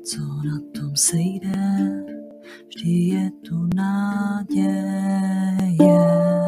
co na tom sejde, vždy je tu naděje.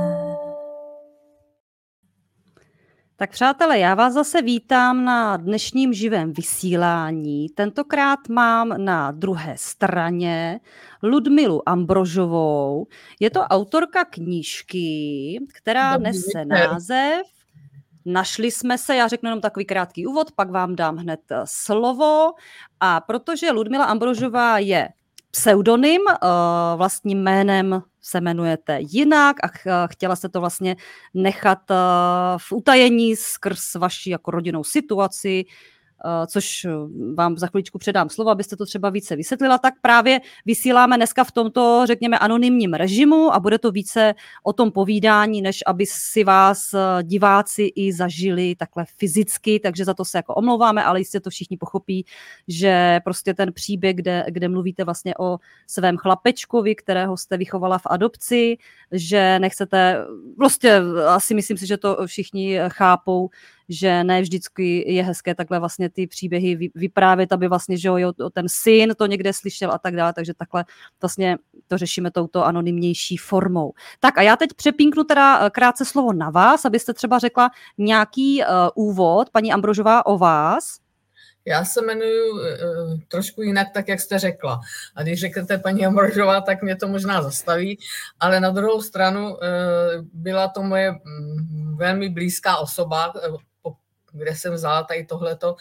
Tak přátelé, já vás zase vítám na dnešním živém vysílání. Tentokrát mám na druhé straně Ludmilu Ambrožovou. Je to autorka knížky, která nese název Našli jsme se, já řeknu jenom takový krátký úvod, pak vám dám hned slovo. A protože Ludmila Ambrožová je pseudonym, vlastním jménem se jmenujete jinak a chtěla se to vlastně nechat v utajení skrz vaši jako rodinnou situaci, což vám za chviličku předám slovo, abyste to třeba více vysvětlila, tak právě vysíláme dneska v tomto, řekněme, anonymním režimu a bude to více o tom povídání, než aby si vás diváci i zažili takhle fyzicky, takže za to se jako omlouváme, ale jistě to všichni pochopí, že prostě ten příběh, kde mluvíte vlastně o svém chlapečkovi, kterého jste vychovala v adopci, že nechcete, prostě asi myslím si, že to všichni chápou, že ne vždycky je hezké takhle vlastně ty příběhy vyprávět, aby vlastně, že jo, ten syn to někde slyšel a tak dále, takže takhle vlastně to řešíme touto anonymnější formou. Tak a já teď přepínknu teda krátce slovo na vás, abyste třeba řekla nějaký úvod, paní Ambrožová, o vás. Já se jmenuji trošku jinak, tak jak jste řekla. A když řeknete paní Ambrožová, tak mě to možná zastaví, ale na druhou stranu byla to moje velmi blízká osoba, kde jsem vzala tady tohleto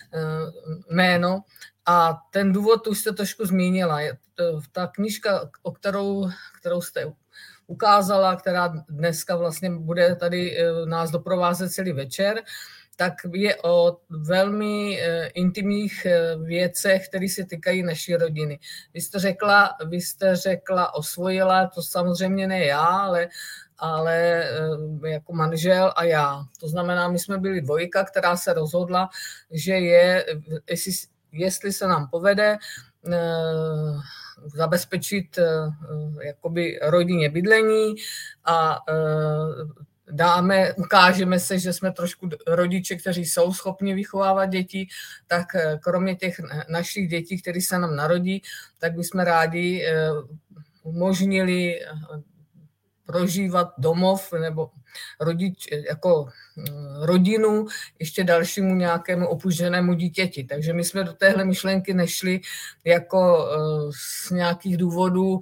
jméno. A ten důvod už jste trošku zmínila. Ta knížka, kterou jste ukázala, která dneska vlastně bude tady nás doprovázet celý večer, tak je o velmi intimních věcech, které se týkají naší rodiny. Vy jste řekla osvojila, to samozřejmě ne já, ale jako manžel a já. To znamená, my jsme byli dvojka, která se rozhodla, že jestli se nám povede zabezpečit jakoby rodině bydlení a ukážeme se, že jsme trošku rodiče, kteří jsou schopni vychovávat děti, tak kromě těch našich dětí, které se nám narodí, tak bychom rádi umožnili prožívat domov nebo jako rodinu ještě dalšímu nějakému opuštěnému dítěti. Takže my jsme do téhle myšlenky nešli jako z nějakých důvodů.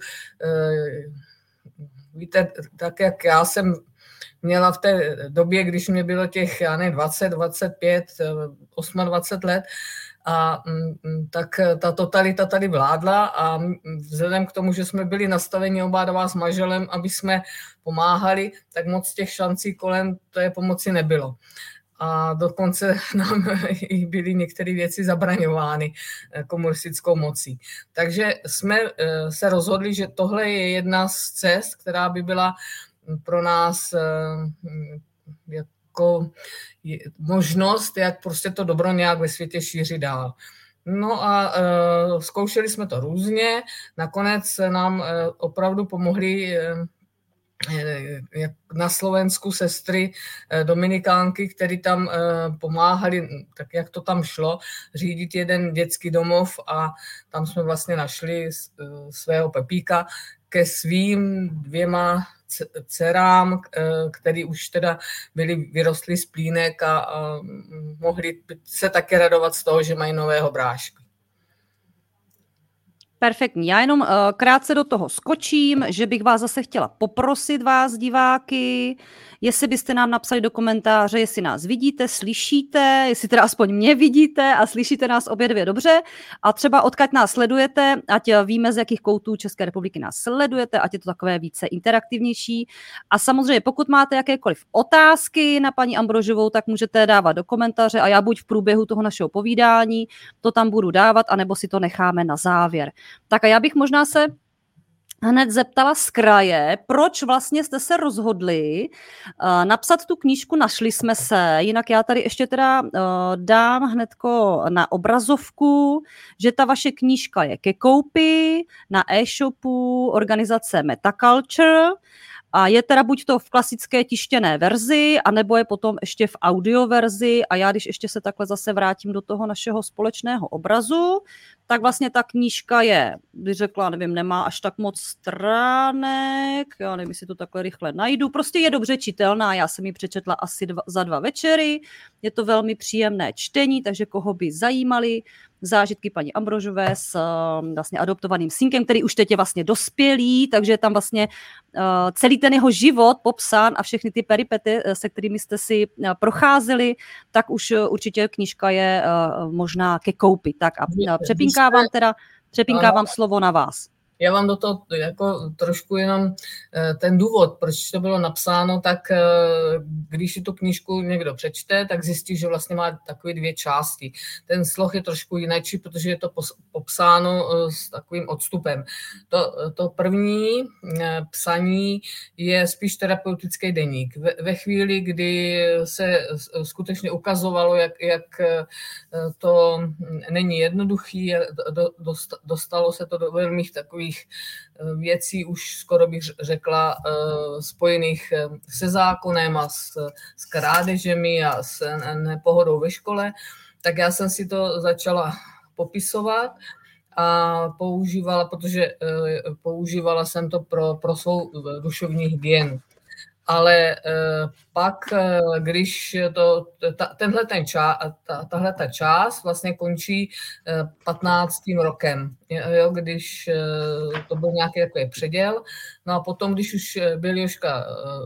Víte, tak jak já jsem měla v té době, když mě bylo těch, 20, 25, 28 let, a tak ta totalita tady vládla a vzhledem k tomu, že jsme byli nastaveni oba dva s manželem, aby jsme pomáhali, tak moc těch šancí kolem té pomoci nebylo. A dokonce nám byly některé věci zabraňovány komunistickou mocí. Takže jsme se rozhodli, že tohle je jedna z cest, která by byla pro nás jako možnost, jak prostě to dobro nějak ve světě šířit dál. No a zkoušeli jsme to různě. Nakonec nám opravdu pomohly na Slovensku sestry dominikánky, které tam pomáhali, tak jak to tam šlo, řídit jeden dětský domov a tam jsme vlastně našli svého Pepíka ke svým 2 dcerám, který už teda vyrostly z plínek a mohli se taky radovat z toho, že mají nového bráška. Perfektní. Já jenom krátce do toho skočím, že bych vás zase chtěla poprosit vás, diváky, jestli byste nám napsali do komentáře, jestli nás vidíte, slyšíte, jestli teda aspoň mě vidíte a slyšíte nás obě dvě dobře a třeba odkud nás sledujete, ať víme, z jakých koutů České republiky nás sledujete, ať je to takové více interaktivnější. A samozřejmě, pokud máte jakékoliv otázky na paní Ambrožovou, tak můžete dávat do komentáře a já buď v průběhu toho našeho povídání to tam budu dávat, anebo si to necháme na závěr. Tak a já bych možná se hned zeptala z kraje, proč vlastně jste se rozhodli napsat tu knížku Našli jsme se, jinak já tady ještě teda dám hnedko na obrazovku, že ta vaše knížka je ke koupi na e-shopu organizace Metaculture a je teda buď to v klasické tištěné verzi, anebo je potom ještě v audio verzi a já když ještě se takhle zase vrátím do toho našeho společného obrazu, tak vlastně ta knížka je, bych řekla, nevím, nemá až tak moc stránek, já nevím, jestli to takhle rychle najdu, prostě je dobře čitelná, já jsem ji přečetla asi za 2 večery, je to velmi příjemné čtení, takže koho by zajímaly zážitky paní Ambrožové s vlastně adoptovaným synkem, který už teď je vlastně dospělý, takže je tam vlastně celý ten jeho život popsán a všechny ty peripety, se kterými jste si procházeli, tak už určitě knížka je možná ke koupi. Tak a přepínkávám slovo na vás. Já vám do toho jako trošku jenom ten důvod, proč to bylo napsáno, tak když si tu knížku někdo přečte, tak zjistí, že vlastně má takové 2 části. Ten sloh je trošku jináčí, protože je to popsáno s takovým odstupem. To první psaní je spíš terapeutický deník. Ve chvíli, kdy se skutečně ukazovalo, jak to není jednoduchý, dostalo se to do velmi takových věcí, už skoro bych řekla, spojených se zákonem a s krádežemi a s nepohodou ve škole, tak já jsem si to začala popisovat a používala jsem to pro svou duševní hygienu. Ale pak, když tahle část vlastně končí 15. rokem, jo, když to byl nějaký takový předěl, no a potom, když už byl Jožka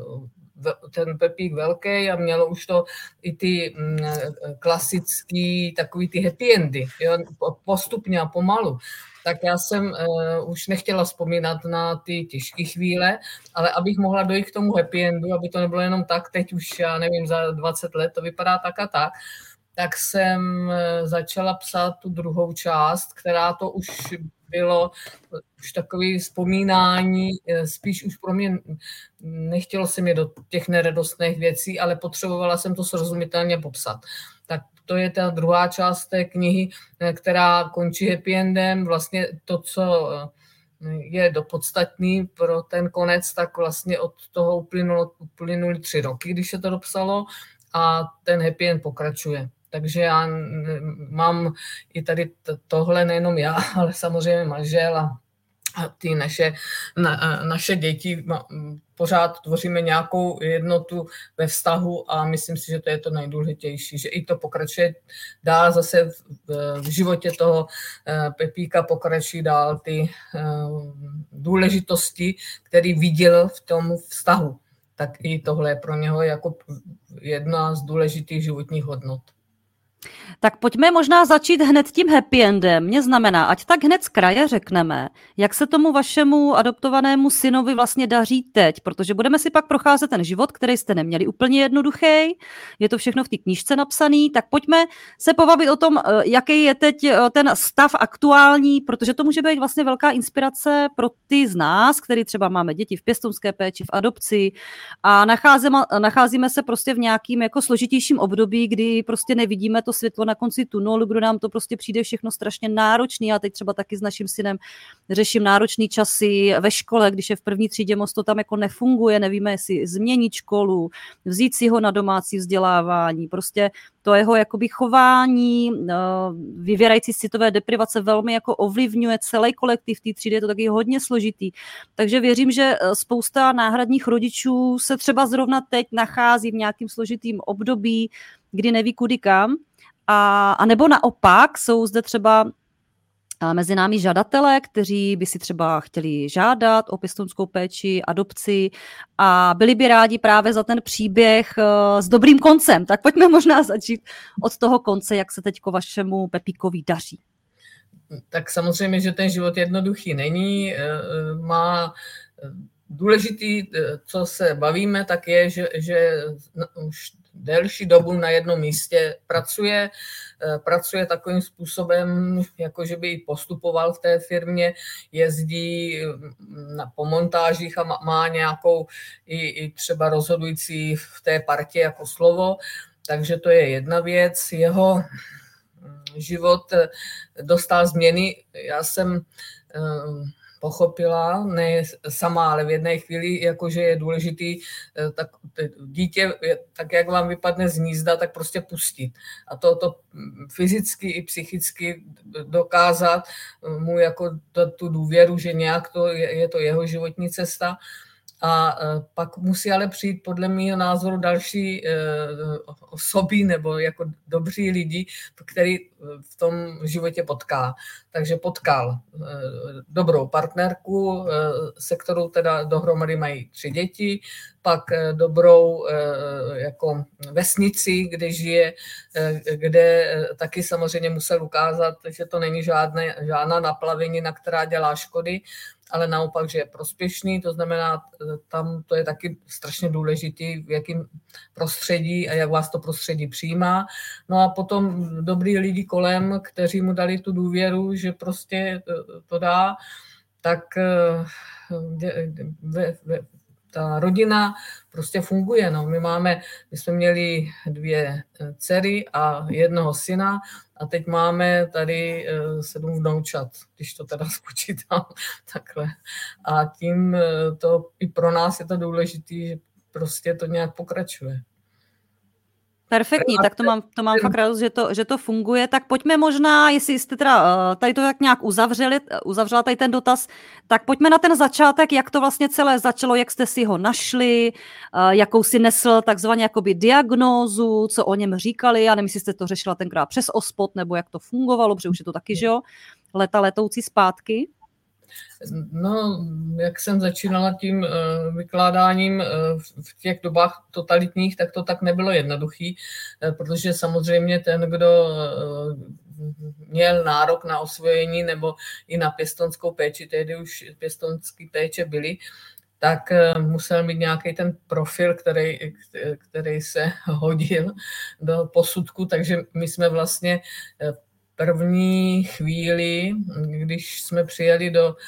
ten Pepík velký a mělo už to i ty klasický, takový ty happy endy, jo, postupně a pomalu, tak já jsem už nechtěla vzpomínat na ty těžké chvíle, ale abych mohla dojít k tomu happy endu, aby to nebylo jenom tak, teď už, já nevím, za 20 let to vypadá tak a tak jsem začala psát tu druhou část, která to už bylo už takové vzpomínání, spíš už pro mě nechtělo se mi do těch neradostných věcí, ale potřebovala jsem to srozumitelně popsat. Tak to je ta druhá část té knihy, která končí happy endem. Vlastně to, co je dopodstatný pro ten konec, tak vlastně od toho uplynuly 3 roky, když se to dopsalo a ten happy end pokračuje. Takže já mám i tady tohle nejenom já, ale samozřejmě manžel a ty naše děti, pořád tvoříme nějakou jednotu ve vztahu a myslím si, že to je to nejdůležitější, že i to pokračuje dál zase v životě toho Pepíka, pokračují dál ty důležitosti, který viděl v tom vztahu. Tak i tohle je pro něho jako jedna z důležitých životních hodnot. Tak pojďme možná začít hned tím happy endem. Mně znamená, ať tak hned z kraje řekneme, jak se tomu vašemu adoptovanému synovi vlastně daří teď, protože budeme si pak procházet ten život, který jste neměli úplně jednoduchý. Je to všechno v té knížce napsaný, tak pojďme se pobavit o tom, jaký je teď ten stav aktuální, protože to může být vlastně velká inspirace pro ty z nás, který třeba máme děti v pěstounské péči, v adopci a nacházíme se prostě v nějakým jako složitějším období, kdy prostě nevidíme to světlo na konci tunelu, kdo nám to prostě přijde všechno strašně náročný. Já teď třeba taky s naším synem řeším náročný časy ve škole, když je v první třídě, moc to tam jako nefunguje, nevíme, jestli změnit školu, vzít si ho na domácí vzdělávání, prostě to jeho jakoby chování, vyvěrající z citové deprivace velmi jako ovlivňuje celý kolektiv té třídy, je to taky hodně složitý. Takže věřím, že spousta náhradních rodičů se třeba zrovna teď nachází v nějakým složitým období, kdy neví kudy kam, a nebo naopak jsou zde třeba mezi námi žadatelé, kteří by si třeba chtěli žádat o pěstounskou péči, adopci a byli by rádi právě za ten příběh s dobrým koncem. Tak pojďme možná začít od toho konce, jak se teďko vašemu Pepíkovi daří. Tak samozřejmě, že ten život jednoduchý není. Má důležitý, co se bavíme, tak je, že už delší dobu na jednom místě pracuje takovým způsobem, jako že by i postupoval v té firmě, jezdí po montážích a má nějakou i třeba rozhodující v té partě jako slovo, takže to je jedna věc. Jeho život dostal změny. Já jsem pochopila, ne sama, ale v jedné chvíli, jakože je důležitý tak dítě, tak jak vám vypadne z hnízda, tak prostě pustit. A to fyzicky i psychicky dokázat mu jako tu důvěru, že nějak je to jeho životní cesta. A pak musí ale přijít podle mého názoru další osoby nebo jako dobří lidi, který v tom životě potká. Takže potkal dobrou partnerku, se kterou teda dohromady mají 3 děti, pak dobrou jako vesnici, kde žije, kde taky samozřejmě musel ukázat, že to není žádná naplavenina, která dělá škody, ale naopak, že je prospěšný, to znamená, tam to je taky strašně důležitý, v jakém prostředí a jak vás to prostředí přijímá. No a potom dobrý lidi kolem, kteří mu dali tu důvěru, že prostě to dá, tak ta rodina prostě funguje. No. My jsme měli 2 dcery a 1 syna a teď máme tady 7 vnoučat, když to teda spočítám takhle. A tím to i pro nás je to důležité, že prostě to nějak pokračuje. Perfektní, tak to mám fakt radost, že to funguje. Tak pojďme možná, jestli jste teda tady to tak nějak uzavřela tady ten dotaz, tak pojďme na ten začátek, jak to vlastně celé začalo, jak jste si ho našli, jakou si nesl takzvaně jakoby diagnózu, co o něm říkali, já nevím, jestli jste to řešila tenkrát přes OSPOD, nebo jak to fungovalo, protože už je to taky, že jo, letoucí zpátky. No, jak jsem začínala tím vykládáním v těch dobách totalitních, tak to tak nebylo jednoduchý, protože samozřejmě ten, kdo měl nárok na osvojení nebo i na pěstounskou péči, tehdy už pěstounské péče byly, tak musel mít nějaký ten profil, který se hodil do posudku, takže my jsme vlastně první chvíli, když jsme přijeli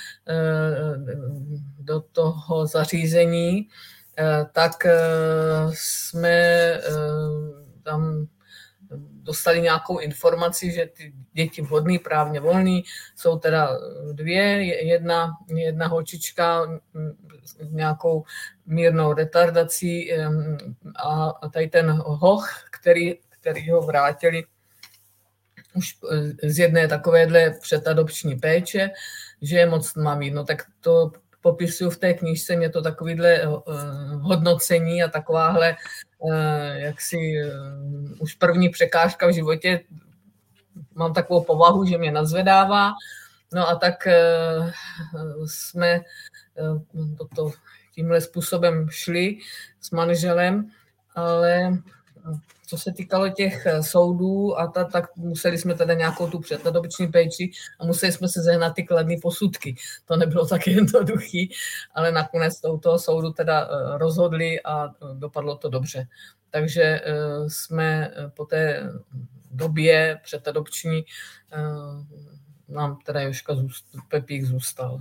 do toho zařízení, tak jsme tam dostali nějakou informaci, že ty děti vhodný, právně volný, jsou teda 2, jedna holčička s nějakou mírnou retardací a tady ten hoch, který ho vrátili už z jedné takovéhle předadopční péče, že je moc tmavý. No tak to popisuju v té knížce, mě to takovýhle hodnocení a takováhle jaksi už první překážka v životě, mám takovou povahu, že mě nazvedává. No a tak jsme tímhle způsobem šli s manželem, ale co se týkalo těch soudů, tak museli jsme teda nějakou tu předadopční péči a museli jsme se sehnat ty kladné posudky. To nebylo tak jednoduchý, ale nakonec toho soudu teda rozhodli a dopadlo to dobře. Takže jsme po té době předadopční nám teda Pepík zůstal.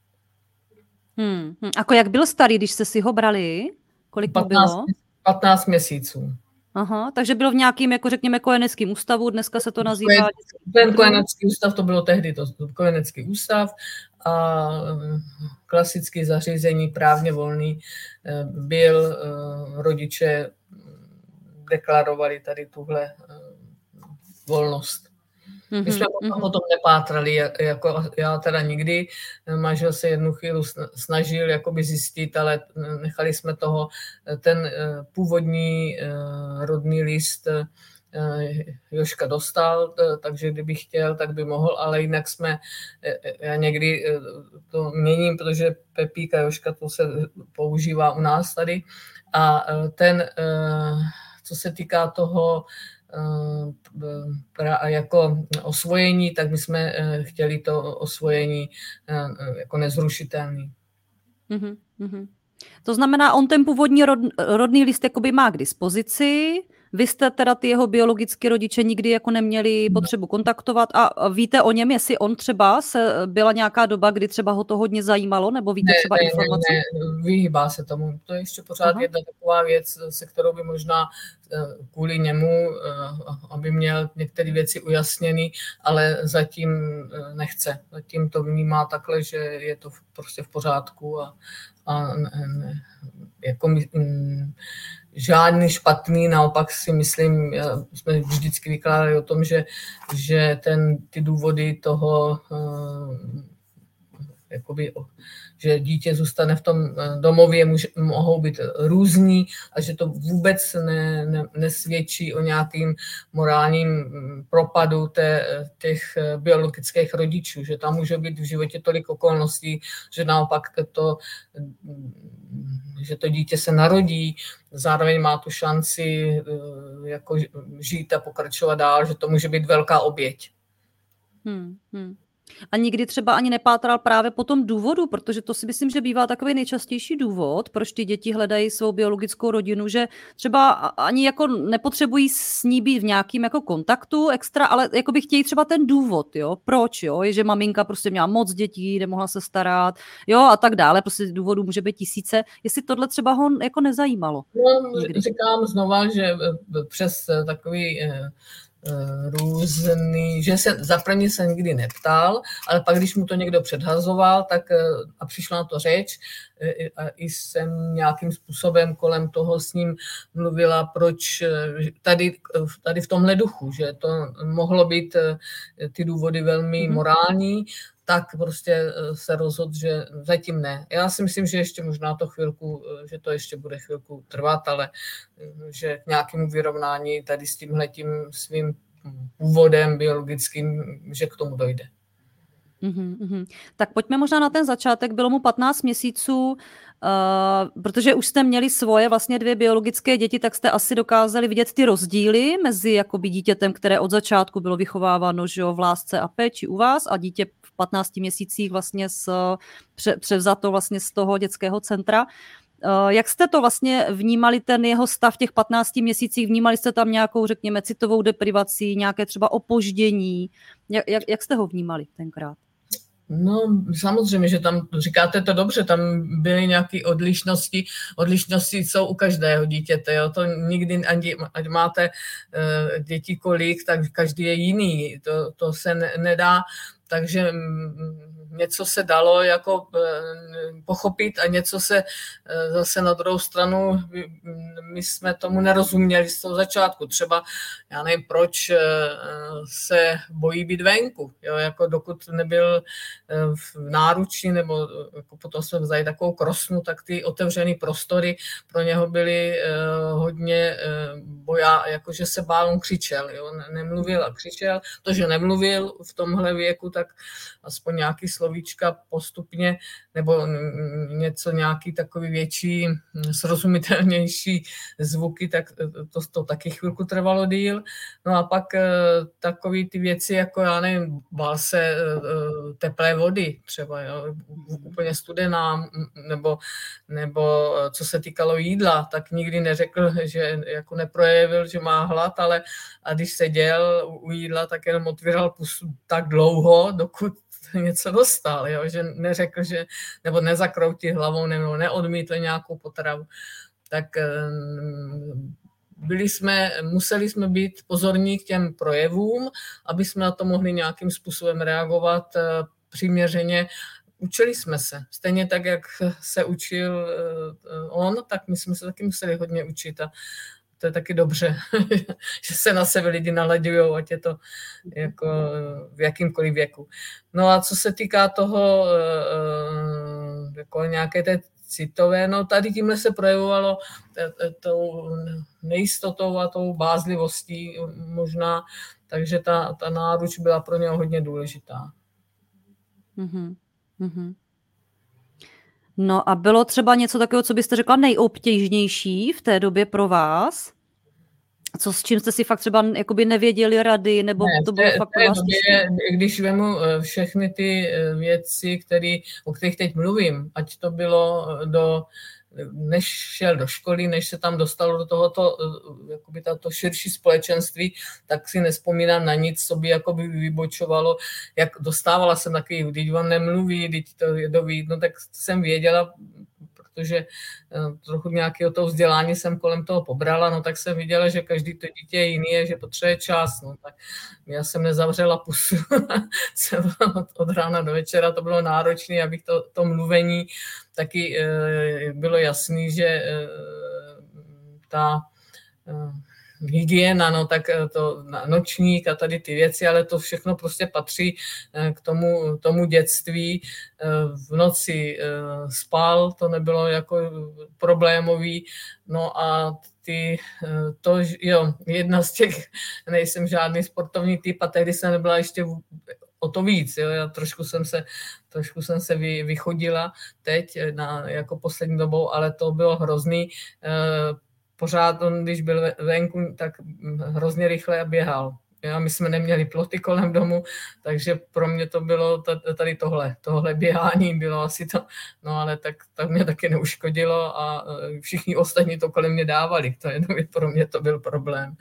Ako jak byl starý, když jste si ho brali? Kolik mu bylo? 15 měsíců. Aha, takže byl v nějakým, jako řekněme, kojeneckým ústavu, dneska se to nazývá... Ten kojenecký ústav, to bylo tehdy to kojenecký ústav a klasické zařízení, právně volný byl, rodiče deklarovali tady tuhle volnost. My jsme potom nepátrali, jako já teda nikdy, manžel se jednu chvíli snažil jakoby zjistit, ale nechali jsme toho, ten původní rodný list Jožka dostal, takže kdyby chtěl, tak by mohl, ale jinak já někdy to měním, protože Pepík a Jožka to se používá u nás tady a co se týká toho jako osvojení, tak my jsme chtěli to osvojení jako nezrušitelný. To znamená, on ten původní rodný list jakoby má k dispozici, Vy jste teda ty jeho biologické rodiče nikdy jako neměli potřebu kontaktovat a víte o něm, jestli on třeba byla nějaká doba, kdy třeba ho to hodně zajímalo, nebo víte třeba informace? Ne, vyhýbá se tomu. To je ještě pořád jedna taková věc, se kterou by možná kvůli němu, aby měl některé věci ujasněny, ale zatím nechce. Zatím to vnímá takhle, že je to prostě v pořádku a jako žádný špatný, naopak si myslím, jsme vždycky vykládali o tom, že ty důvody toho, jakoby, že dítě zůstane v tom domově, mohou být různý a že to vůbec nesvědčí o nějakým morálním propadu těch biologických rodičů, že tam může být v životě tolik okolností, že naopak že to dítě se narodí, zároveň má tu šanci jako žít a pokračovat dál, že to může být velká oběť. A nikdy třeba ani nepátral právě po tom důvodu, protože to si myslím, že bývá takový nejčastější důvod, proč ty děti hledají svou biologickou rodinu, že třeba ani jako nepotřebují s ní být v nějakým jako kontaktu extra, ale jako by chtějí třeba ten důvod, jo, proč, jo, je, že maminka prostě měla moc dětí, nemohla se starat, jo, a tak dále, prostě důvodů může být tisíce, jestli tohle třeba ho jako nezajímalo. No, říkám znova, že přes takový různý, že se za první se nikdy neptal, ale pak, když mu to někdo předhazoval, tak a přišla na to řeč, a i jsem nějakým způsobem kolem toho s ním mluvila, proč tady v tomhle duchu, že to mohlo být ty důvody velmi morální, tak prostě se rozhodl, že zatím ne. Já si myslím, že ještě možná že to ještě bude chvilku trvat, ale že k nějakému vyrovnání tady s tímhletím svým původem biologickým, že k tomu dojde. Tak pojďme možná na ten začátek. Bylo mu 15 měsíců, protože už jste měli svoje vlastně 2 biologické děti, tak jste asi dokázali vidět ty rozdíly mezi jakoby dítětem, které od začátku bylo vychováváno, že jo, v lásce a péči u vás, a dítě v 15 měsících vlastně převzato vlastně z toho dětského centra. Jak jste to vlastně vnímali, ten jeho stav v těch 15 měsících? Vnímali jste tam nějakou, řekněme, citovou deprivaci, nějaké třeba opoždění? Jak jste ho vnímali tenkrát? No, samozřejmě, že tam, říkáte to dobře, tam byly nějaké odlišnosti. Odlišnosti jsou u každého dítěte, jo? To nikdy, ať máte děti kolik, tak každý je jiný. To se nedá, takže něco se dalo jako pochopit a něco se zase na druhou stranu, my jsme tomu nerozuměli z toho začátku. Třeba, já nevím, proč se bojí být venku, jo? Jako dokud nebyl v náručí, nebo jako potom jsme vzali takovou krosnu, tak ty otevřené prostory pro něho byly hodně jakože se bál, on křičel, jo? Nemluvil a křičel. To, že nemluvil v tomhle věku, tak aspoň nějaký slovíčka postupně, nebo nějaký takový větší, srozumitelnější zvuky, tak to taky chvilku trvalo díl. No a pak takový ty věci, jako já nevím, bál se teplé vody třeba, jo, úplně studená, nebo co se týkalo jídla, tak nikdy neřekl, že jako neprojevil, že má hlad, ale a když seděl u jídla, tak jenom otvíral pusu tak dlouho, dokud něco dostal, jo? Že neřekl, nebo nezakroutil hlavou, nebo neodmítl nějakou potravu. Tak museli jsme být pozorní k těm projevům, aby jsme na to mohli nějakým způsobem reagovat přiměřeně. Učili jsme se. Stejně tak, jak se učil on, tak my jsme se taky museli hodně učit a to je taky dobře, že se na sebe lidi nalaďujou, ať je to jako v jakýmkoliv věku. No a co se týká toho jako nějaké té citové, no tady tímhle se projevovalo tou nejistotou a tou bázlivostí možná, takže ta náruč byla pro něho hodně důležitá. No a bylo třeba něco takového, co byste řekla nejobtížnější v té době pro vás? S čím jste si fakt třeba jakoby nevěděli rady, nebo to bylo fakt pro vás těžké? Když vemu všechny ty věci, o kterých teď mluvím, ať to bylo do než šel do školy, než se tam dostal do tohoto jakoby tato širší společenství, tak si nespomínám na nic, co by jakoby vybočovalo. Jak dostávala jsem takový, když on nemluví, když to je dovít, no tak jsem věděla, protože trochu nějakého toho vzdělání jsem kolem toho pobrala, no tak jsem viděla, že každý to dítě je jiný, že potřebuje čas. No tak já jsem nezavřela pusu. Od rána do večera to bylo náročné, abych to mluvení taky bylo jasný, že ta hygiena, no tak to nočník a tady ty věci, ale to všechno prostě patří k tomu dětství. V noci spal, to nebylo jako problémový, no a jedna z těch, nejsem žádný sportovní typ a tehdy jsem nebyla ještě o to víc, jo. Já trošku jsem se vychodila teď jako poslední dobou, ale to bylo hrozný. Pořád on, když byl venku, tak hrozně rychle běhal. Já, my jsme neměli ploty kolem domu, takže pro mě to bylo tady tohle běhání bylo asi to, no ale tak mě taky neuškodilo a všichni ostatní to kolem mě dávali, to jenom pro mě to byl problém.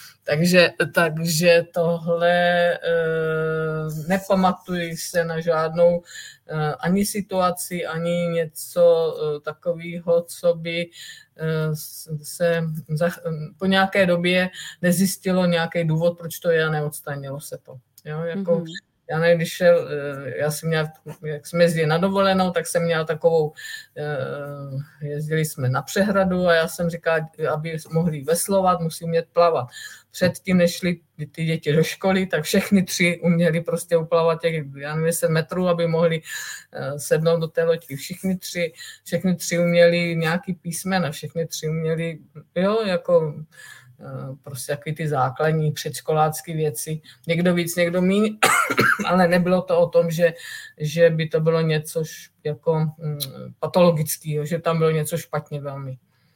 Takže tohle nepamatuji se na žádnou ani situaci, ani něco takového, co by se po nějaké době nezjistilo nějaký důvod, proč to je a neodstranilo se to. Jo, jako, já nevím, když já jsem měl, jak jsme jezdili na dovolenou, tak jsem měl takovou, jezdili jsme na přehradu a já jsem říkal, aby mohli veslovat, musí umět plavat. Předtím, než šli ty děti do školy, tak všechny tři uměli prostě uplavat těch, 10 metrů, aby mohli sednout do té loďky. Všechny tři uměli nějaký písmena, všechny tři uměli, jako prostě takový ty základní předškolácké věci. Někdo víc, někdo míň, ale nebylo to o tom, že by to bylo něco jako patologického, že tam bylo něco špatně velmi.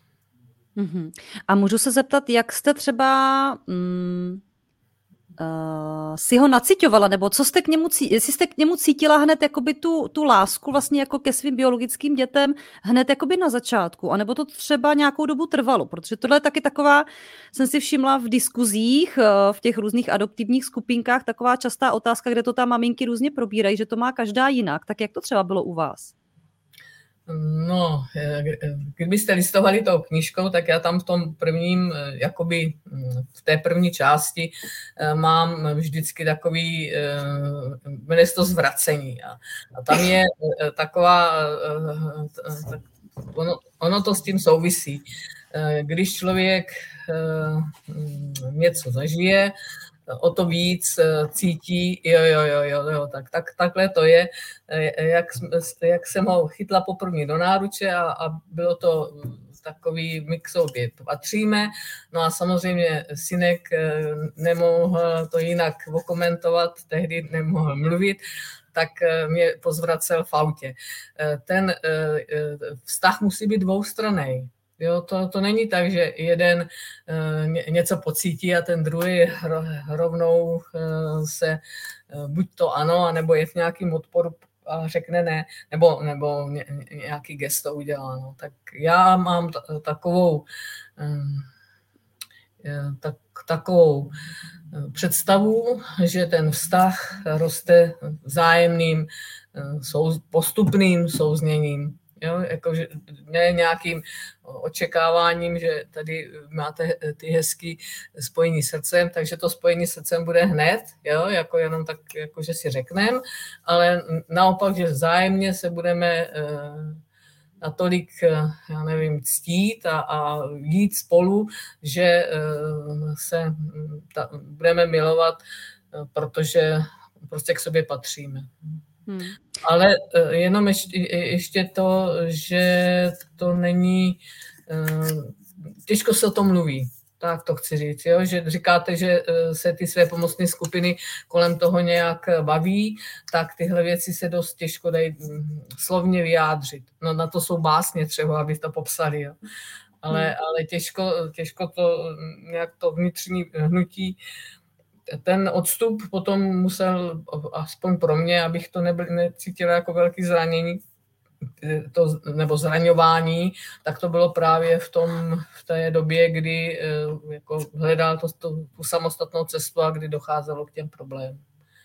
A můžu se zeptat, jak jste třeba si ho naciťovala, nebo co jste k němu, jestli jste k němu cítila hned jakoby tu lásku vlastně jako ke svým biologickým dětem hned jakoby na začátku, anebo to třeba nějakou dobu trvalo, protože tohle je taky taková, jsem si všimla v diskuzích, v těch různých adoptivních skupinkách, taková častá otázka, kde to tam maminky různě probírají, že to má každá jinak, tak jak to třeba bylo u vás? No, kdybyste listovali tou knížkou, tak já tam v tom prvním, jakoby v té první části mám vždycky takový, jmenuje se to zvracení. A tam je taková, ono to s tím souvisí. Když člověk něco zažije, o to víc cítí, jo, takhle to je, jak jsem ho chytla poprvé do náruče a bylo to takový, my k sobě patříme, no a samozřejmě synek nemohl to jinak okomentovat, tehdy nemohl mluvit, tak mě pozvracel v autě. Ten vztah musí být dvoustranný. Jo, to není tak, že jeden něco pocítí a ten druhý rovnou se buď to ano, anebo je v nějakém odporu a řekne ne, nebo nějaký gesto udělá. No. Tak já mám takovou představu, že ten vztah roste vzájemným postupným souzněním. Jo, jakože ne nějakým očekáváním, že tady máte ty hezký spojení srdcem, takže to spojení srdcem bude hned, jo, jako jenom tak, jakože si řekneme, ale naopak, že vzájemně se budeme natolik, já nevím, ctít a jít spolu, že se budeme milovat, protože prostě k sobě patříme. Ale jenom ještě to, že to není, těžko se o tom mluví, tak to chci říct, jo? Že říkáte, že se ty své pomocné skupiny kolem toho nějak baví, tak tyhle věci se dost těžko dají slovně vyjádřit. No na to jsou básně třeba, aby to popsali, jo? Ale těžko to nějak to vnitřní hnutí. Ten odstup potom musel, aspoň pro mě, abych to necítila jako velký zranění, nebo zraňování, tak to bylo právě v té době, kdy jako hledal tu samostatnou cestu a kdy docházelo k těm problémům.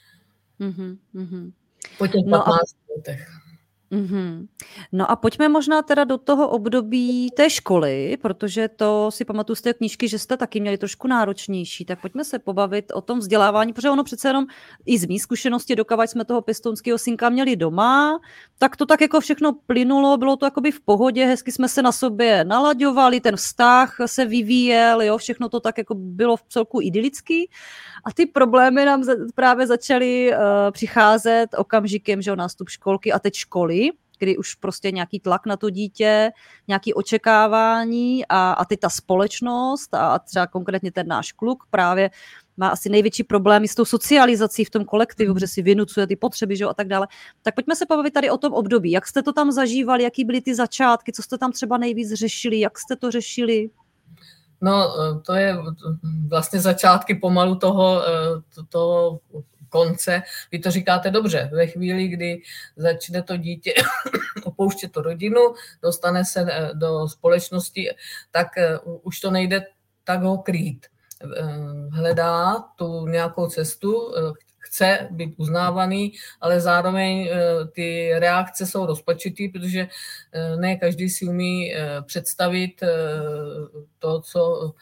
Po těch 15 letech. No a pojďme možná teda do toho období té školy, protože to si pamatuju z té knížky, že jste taky měli trošku náročnější, tak pojďme se pobavit o tom vzdělávání, protože ono přece jenom i z mý zkušenosti, dokud jsme toho pěstounského synka měli doma, tak to tak jako všechno plynulo, bylo to jakoby v pohodě, hezky jsme se na sobě nalaďovali, ten vztah se vyvíjel, jo, všechno to tak jako bylo v celku idylický. A ty problémy nám právě začaly přicházet okamžikem, že o nástup školky a teď školy, kdy už prostě nějaký tlak na to dítě, nějaké očekávání a teď ta společnost a třeba konkrétně ten náš kluk právě má asi největší problémy s tou socializací v tom kolektivu, protože si vynucuje ty potřeby, že, a tak dále. Tak pojďme se pobavit tady o tom období. Jak jste to tam zažívali, jaký byly ty začátky, co jste tam třeba nejvíc řešili, jak jste to řešili? No, to je vlastně začátky pomalu toho konce. Vy to říkáte dobře. Ve chvíli, kdy začne to dítě opouštět tu rodinu, dostane se do společnosti, tak už to nejde tak ho krýt. Hledá tu nějakou cestu, chce být uznávaný, ale zároveň ty reakce jsou rozpačitý, protože ne každý si umí představit to, co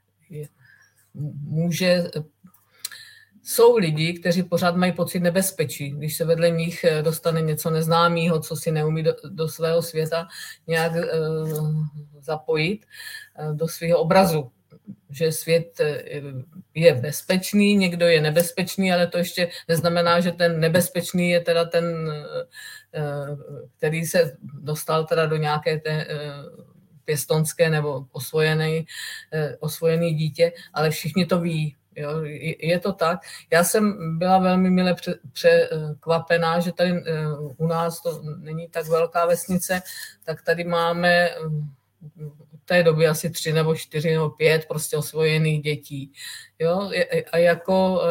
může. Jsou lidi, kteří pořád mají pocit nebezpečí, když se vedle nich dostane něco neznámého, co si neumí do svého světa nějak zapojit, do svého obrazu. Že svět je bezpečný, někdo je nebezpečný, ale to ještě neznamená, že ten nebezpečný je teda ten, který se dostal teda do nějaké té pěstounské nebo osvojený dítě, ale všichni to ví. Jo, je to tak. Já jsem byla velmi mile překvapená, že tady u nás to není tak velká vesnice, tak tady máme v té době asi 3 nebo 4 nebo 5 prostě osvojených dětí. Jo? A jako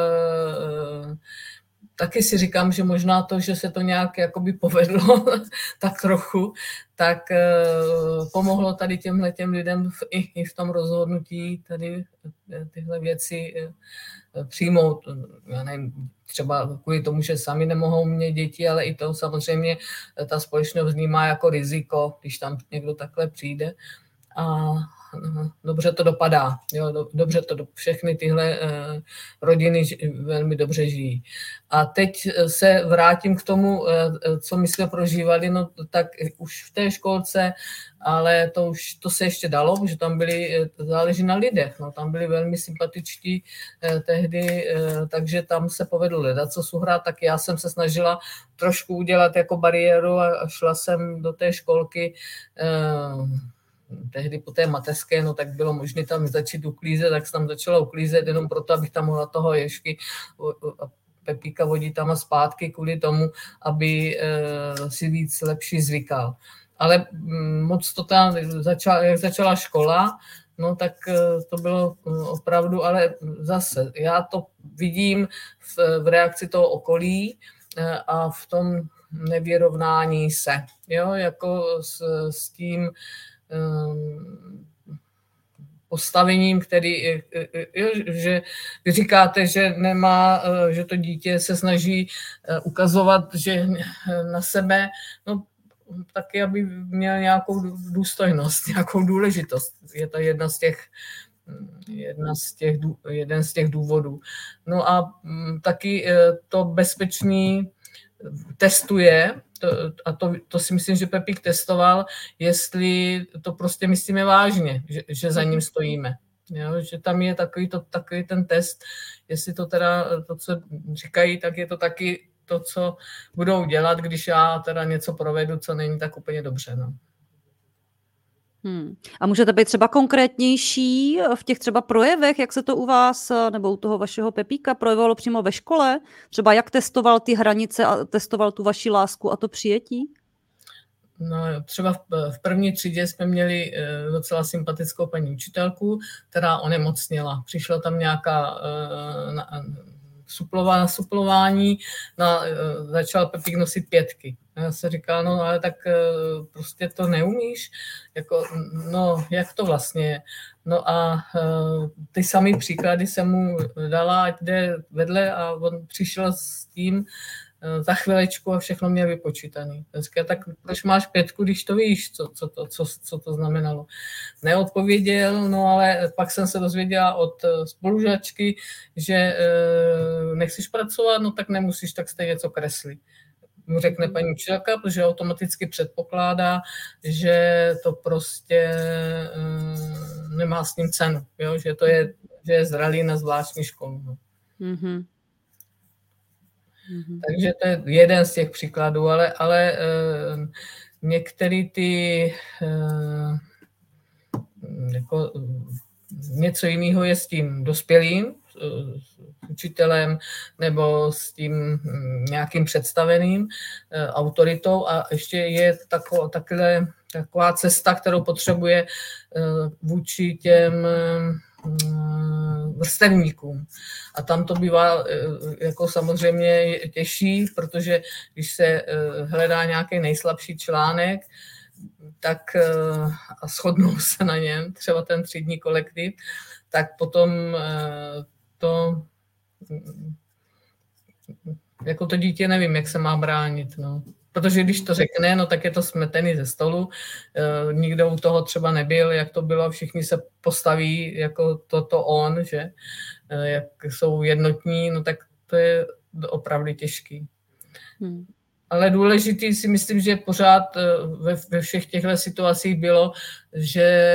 taky si říkám, že možná to, že se to nějak jakoby povedlo tak trochu, tak pomohlo tady těm lidem i v tom rozhodnutí tady tyhle věci přijmout. Já nevím, třeba kvůli tomu, že sami nemohou mít děti, ale i to samozřejmě ta společnost vnímá jako riziko, když tam někdo takhle přijde. A dobře to dopadá. Jo, dobře to všechny tyhle rodiny velmi dobře žijí. A teď se vrátím k tomu, co my jsme prožívali, no tak už v té školce, ale to se ještě dalo, protože tam záleží na lidech, no, tam byli velmi sympatičtí tehdy, takže tam se povedlo ledacos uhrát, tak já jsem se snažila trošku udělat jako bariéru a šla jsem do té školky tehdy po té mateřské, no tak bylo možné tam začít uklízet, tak jsem tam začala uklízet jenom proto, abych tam mohla toho Ježky a Pepíka vodit tam a zpátky kvůli tomu, aby si víc lepší zvykal. Ale moc to tam jak začala škola, no tak to bylo opravdu, ale zase já to vidím v reakci toho okolí a v tom nevyrovnání se, jo, jako s tím postavením, který, že vy říkáte, že nemá, že to dítě se snaží ukazovat, že na sebe, no taky, aby měl nějakou důstojnost, nějakou důležitost. Je to jeden z těch důvodů. No a taky to bezpečný testuje, a to si myslím, že Pepík testoval, jestli to prostě myslíme vážně, že za ním stojíme. Jo, že tam je takový ten test, jestli to teda, to, co říkají, tak je to taky to, co budou dělat, když já teda něco provedu, co není tak úplně dobře. No. A můžete být třeba konkrétnější v těch třeba projevech, jak se to u vás nebo u toho vašeho Pepíka projevovalo přímo ve škole? Třeba jak testoval ty hranice a testoval tu vaši lásku a to přijetí? No, třeba v první třídě jsme měli docela sympatickou paní učitelku, která onemocněla. Přišla tam nějaká suplování, začal Pepík nosit 5. A já jsem říkala, no ale tak prostě to neumíš, jako, no jak to vlastně je. No a ty samý příklady jsem mu dala, ať jde vedle a on přišel s tím za chvilečku a všechno měl vypočítaný. Tak proč máš 5, když to víš, co to znamenalo. Neodpověděl, no ale pak jsem se dozvěděla od spolužačky, že nechceš pracovat, no tak nemusíš, tak stejně něco kreslit. Mu řekne paní učitelka, protože automaticky předpokládá, že to prostě nemá s ním cenu, jo? Že je zralý na zvláštní školu. No. Mm-hmm. Takže to je jeden z těch příkladů, ale některé ty jako něco jiného je s tím dospělým, s učitelem nebo s tím nějakým představeným autoritou a ještě je taková cesta, kterou potřebuje vůči těm vrstevníkům. A tam to bývá jako samozřejmě těžší, protože když se hledá nějaký nejslabší článek, tak a shodnou se na něm, třeba ten třídní kolektiv, tak potom jako to dítě nevím, jak se má bránit. No. Protože když to řekne, no tak je to smetený ze stolu, nikdo u toho třeba nebyl, jak to bylo, všichni se postaví jako toto on, že jak jsou jednotní, no tak to je opravdu těžký. Ale důležitý si myslím, že pořád ve všech těchto situacích bylo, že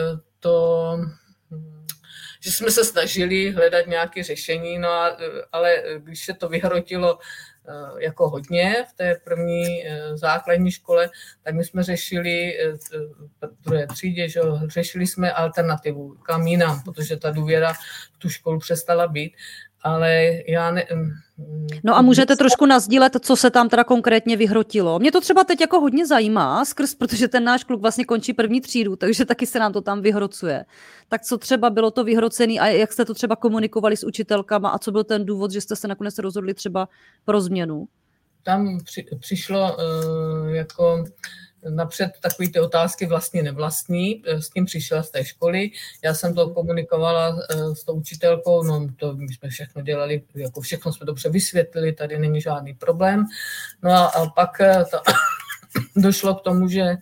jsme se snažili hledat nějaké řešení, no ale když se to vyhrotilo jako hodně v té první základní škole, tak my jsme řešili v druhé třídě, že řešili jsme alternativu, kam jinam, protože ta důvěra v tu školu přestala být. Ale já ne... No a můžete trošku nasdílet, co se tam teda konkrétně vyhrotilo? Mě to třeba teď jako hodně zajímá, protože ten náš kluk vlastně končí první třídu, takže taky se nám to tam vyhrocuje. Tak co třeba bylo to vyhrocený a jak jste to třeba komunikovali s učitelkama a co byl ten důvod, že jste se nakonec rozhodli třeba pro změnu? Tam přišlo jako... napřed takový ty otázky vlastně nevlastní, s tím přišla z té školy. Já jsem to komunikovala s tou učitelkou, no to my jsme všechno dělali, jako všechno jsme dobře vysvětlili, tady není žádný problém. No a pak to došlo k tomu, že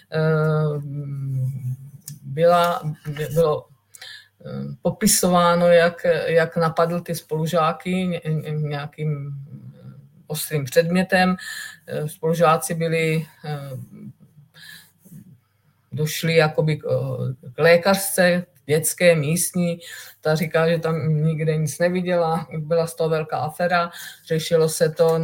bylo popisováno, jak napadl ty spolužáky nějakým ostrým předmětem. Spolužáci došli jakoby k lékařce, dětské, místní, ta říká, že tam nikde nic neviděla, byla z toho velká aféra, řešilo se to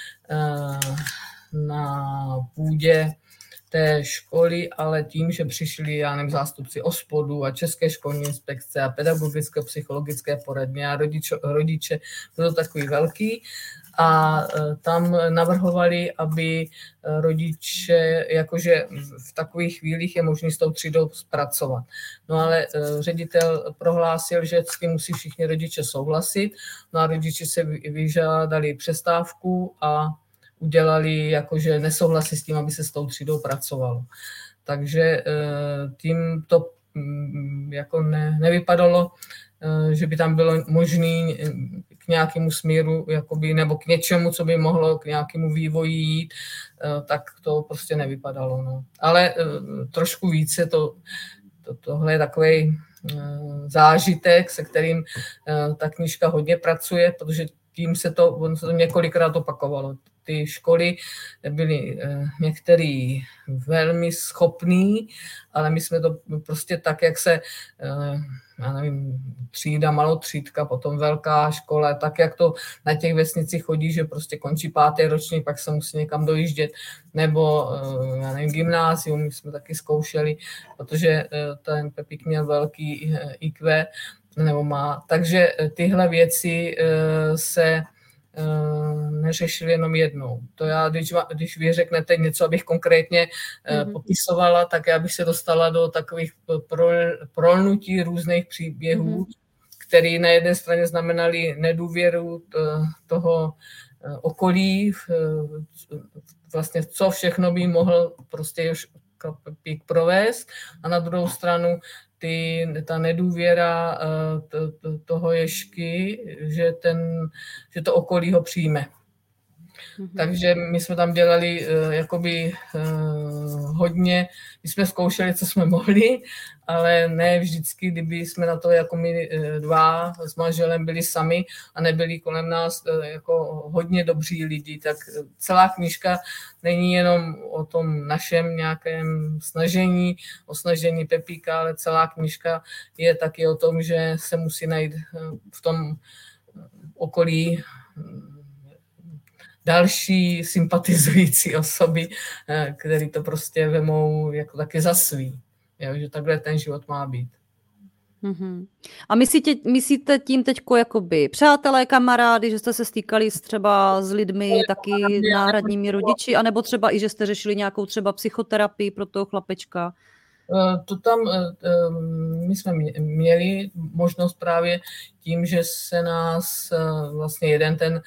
na půdě té školy, ale tím, že přišli, zástupci OSPODu a České školní inspekce a pedagogické-psychologické poradně a rodiče, bylo takový velký, a tam navrhovali, aby rodiče, jakože v takových chvílích je možné s tou třídou zpracovat. No ale ředitel prohlásil, že s tím musí všichni rodiče souhlasit, no a rodiče se vyžádali přestávku a udělali, jakože nesouhlasí s tím, aby se s tou třídou pracovalo. Takže tím to jako nevypadalo, že by tam bylo možné k nějakému směru jakoby, nebo k něčemu, co by mohlo k nějakému vývoji jít, tak to prostě nevypadalo. No. Ale trošku více tohle je takový zážitek, se kterým ta knížka hodně pracuje, protože tím se to několikrát opakovalo. Ty školy byly některý velmi schopný, ale my jsme to prostě tak, jak se, já nevím, třída, malotřídka, potom velká škola, tak jak to na těch vesnicích chodí, že prostě končí 5. ročník, pak se musí někam dojíždět, nebo já nevím, gymnázium, my jsme taky zkoušeli, protože ten Pepík měl velký IQ, nebo má. Takže tyhle věci se neřešili jenom jednou. To já, když vy řeknete něco, abych konkrétně popisovala, tak já bych se dostala do takových prolnutí různých příběhů, který na jedné straně znamenali nedůvěru toho okolí, vlastně co všechno by mohl prostě Pepík provést, a na druhou stranu ta nedůvěra toho Ježky, že to okolí ho přijme. Takže my jsme tam dělali hodně, my jsme zkoušeli, co jsme mohli, ale ne vždycky, kdyby jsme na to jako my dva s manželem byli sami a nebyli kolem nás jako hodně dobří lidi, tak celá knížka není jenom o tom našem nějakém snažení, o snažení Pepíka, ale celá knížka je taky o tom, že se musí najít v tom okolí další sympatizující osoby, který to prostě vemou jako taky za svý. Jo, že takhle ten život má být. Mm-hmm. A myslíte tím teďko jakoby přátelé, kamarády, že jste se stýkali třeba s lidmi taky náhradními rodiči, anebo třeba i, že jste řešili nějakou třeba psychoterapii pro toho chlapečka? To tam my jsme měli možnost právě tím, že se nás vlastně jeden ten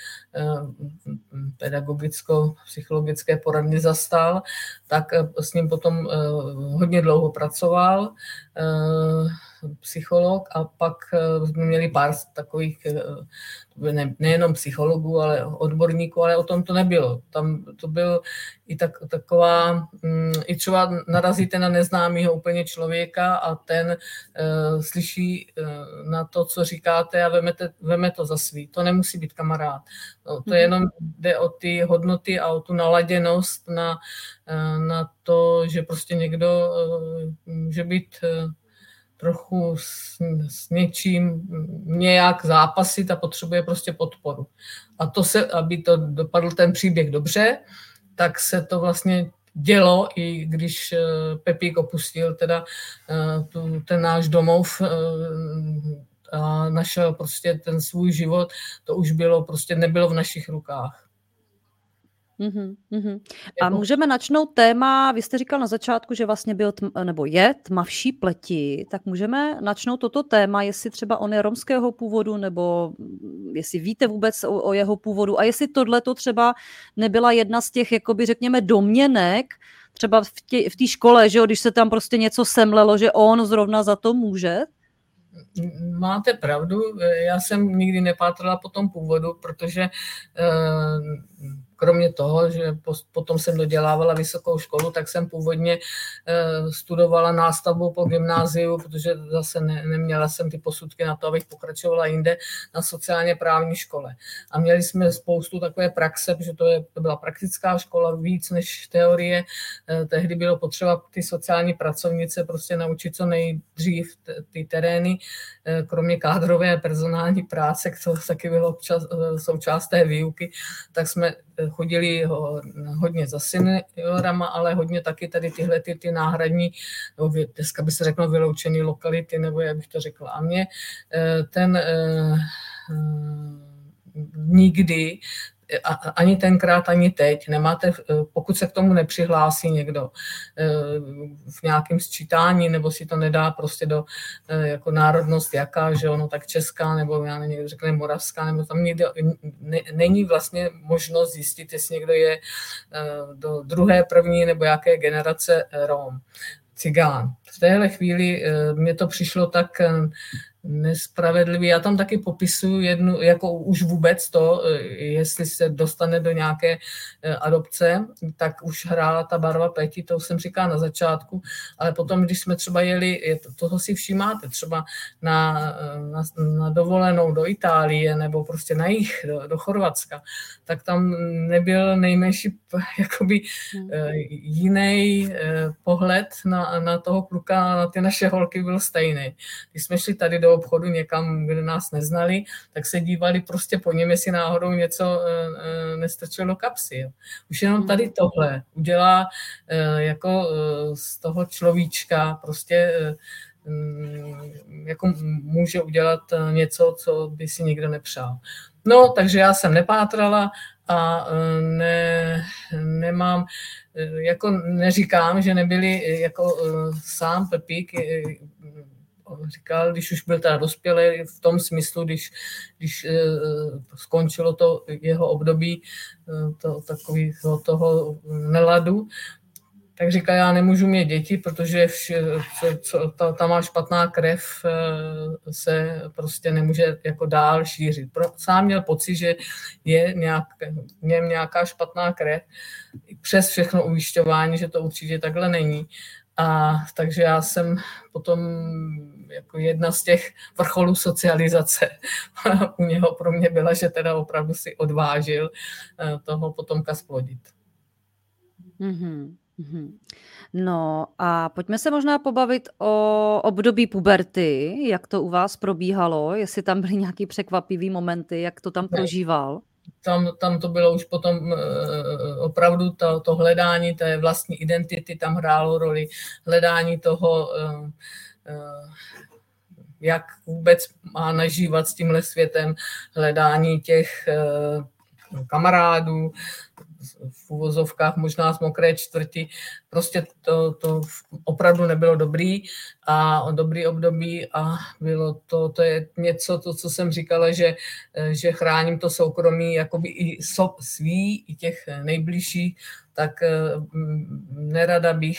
pedagogicko-psychologické poradny zastal, tak s ním potom hodně dlouho pracoval psycholog, a pak jsme měli pár takových nejenom psychologů, ale odborníků, ale o tom to nebylo. Tam to byl i taková, i třeba narazíte na neznámého úplně člověka a ten slyší na to, co říkáte, a veme to za svý. To nemusí být kamarád. To jenom jde o ty hodnoty a o tu naladěnost na to, že prostě někdo může být trochu s něčím nějak zápasit a potřebuje prostě podporu. A to aby to dopadl ten příběh dobře, tak se to vlastně dělo, i když Pepík opustil teda ten náš domov a našel prostě ten svůj život, to už nebylo v našich rukách. A můžeme načnout téma, vy jste říkal na začátku, že vlastně je tmavší pleti, tak můžeme načnout toto téma, jestli třeba on je romského původu, nebo jestli víte vůbec o jeho původu, a jestli tohleto třeba nebyla jedna z těch, jakoby řekněme, domněnek, třeba v té škole, že jo, když se tam prostě něco semlelo, že on zrovna za to může? Máte pravdu, já jsem nikdy nepátrala po tom původu, protože kromě toho, že potom jsem dodělávala vysokou školu, tak jsem původně studovala nástavbu po gymnáziu, protože zase neměla jsem ty posudky na to, abych pokračovala jinde na sociálně právní škole. A měli jsme spoustu takové praxe, protože to byla praktická škola víc než teorie. Tehdy bylo potřeba ty sociální pracovnice prostě naučit co nejdřív ty terény, kromě kádrové personální práce, to taky bylo součást té výuky, tak jsme chodili hodně za seniorama, ale hodně taky tady tyhle ty náhradní, dneska by se řeklo vyloučené lokality, nebo jak bych to řekla. A mě nikdy, ani tenkrát, ani teď nemáte, pokud se k tomu nepřihlásí někdo v nějakém sčítání, nebo si to nedá prostě do jako národnost jaká, že ono tak česká, nebo já někdo řekne moravská, nebo tam někde není vlastně možnost zjistit, jestli někdo je do druhé, první nebo jaké generace Rom, cigán. V téhle chvíli mně to přišlo tak nespravedlivý. Já tam taky popisuju jednu, jako už vůbec to, jestli se dostane do nějaké adopce, tak už hrála ta barva pleti, to jsem říkala na začátku, ale potom, když jsme třeba jeli, toho si všímáte, třeba na dovolenou do Itálie nebo prostě na jih, do Chorvatska, tak tam nebyl nejmenší jakoby jiný pohled na toho kluka, na ty naše holky byl stejný. Když jsme šli tady do obchodu někam, kde nás neznali, tak se dívali prostě po něm, jestli náhodou něco nestrčilo do kapsy. Jo. Už jenom tady tohle udělá jako z toho človíčka prostě jako může udělat něco, co by si nikdo nepřál. No, takže já jsem nepátrala a nemám, jako neříkám, že nebyli jako sám Pepík říkal, když už byl teda dospělý, v tom smyslu, když skončilo to jeho období toho neladu, tak říká, já nemůžu mít děti, protože ta má špatná krev, se prostě nemůže jako dál šířit. Sám měl pocit, že je nějaká špatná krev, přes všechno ujišťování, že to určitě takhle není. A takže já jsem potom jako jedna z těch vrcholů socializace u něho pro mě byla, že teda opravdu si odvážil toho potomka splodit. Mm-hmm. No a pojďme se možná pobavit o období puberty, jak to u vás probíhalo, jestli tam byly nějaké překvapivé momenty, jak to tam prožíval. Tam to bylo už potom opravdu to hledání té vlastní identity tam hrálo roli, hledání toho, jak vůbec má nažívat s tímhle světem, hledání těch kamarádů, v uvozovkách možná z mokré čtvrti. Prostě to opravdu nebylo dobrý období a bylo to je něco, co jsem říkala, že chráním to soukromí jakoby i svý, i těch nejbližších, tak nerada bych,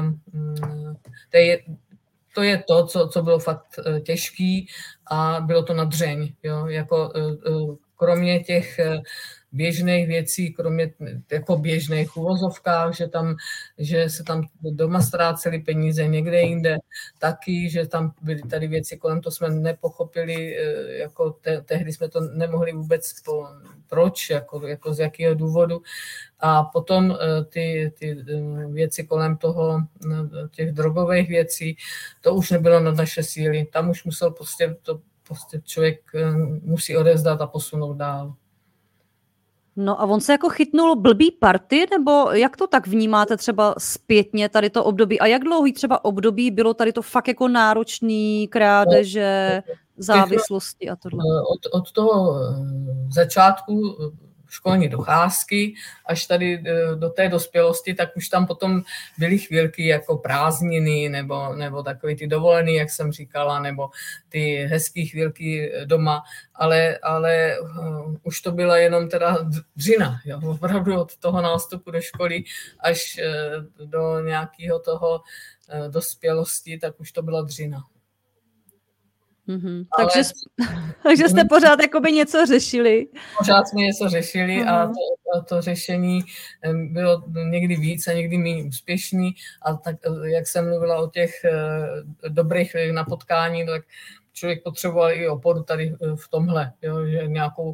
to je to, co bylo fakt těžký a bylo to na dřeň, jo, jako kromě těch běžných věcí, kromě jako běžných uvozovkách, že se tam doma ztrácely peníze, někde jinde taky, že tam byly tady věci kolem, to jsme nepochopili, jako tehdy jsme to nemohli vůbec proč, jako z jakého důvodu. A potom ty věci kolem toho, těch drogových věcí, to už nebylo na naše síly. Tam už musel prostě člověk musí odevzdat a posunout dál. No a on se jako chytnul blbý party, nebo jak to tak vnímáte třeba zpětně tady to období? A jak dlouhý třeba období bylo tady to fakt jako náročný, krádeže, závislosti a tohle? Od toho začátku školní docházky až tady do té dospělosti, tak už tam potom byly chvílky jako prázdniny nebo takový ty dovolený, jak jsem říkala, nebo ty hezký chvílky doma, ale už to byla jenom teda dřina. Jo? Opravdu od toho nástupu do školy až do nějakého toho dospělosti, tak už to byla dřina. Mm-hmm. Takže jste pořád jakoby něco řešili. Pořád jsme něco řešili a to řešení bylo někdy víc a někdy méně úspěšný. A tak, jak jsem mluvila o těch dobrých na potkání, tak člověk potřeboval i oporu tady v tomhle, jo, že nějakou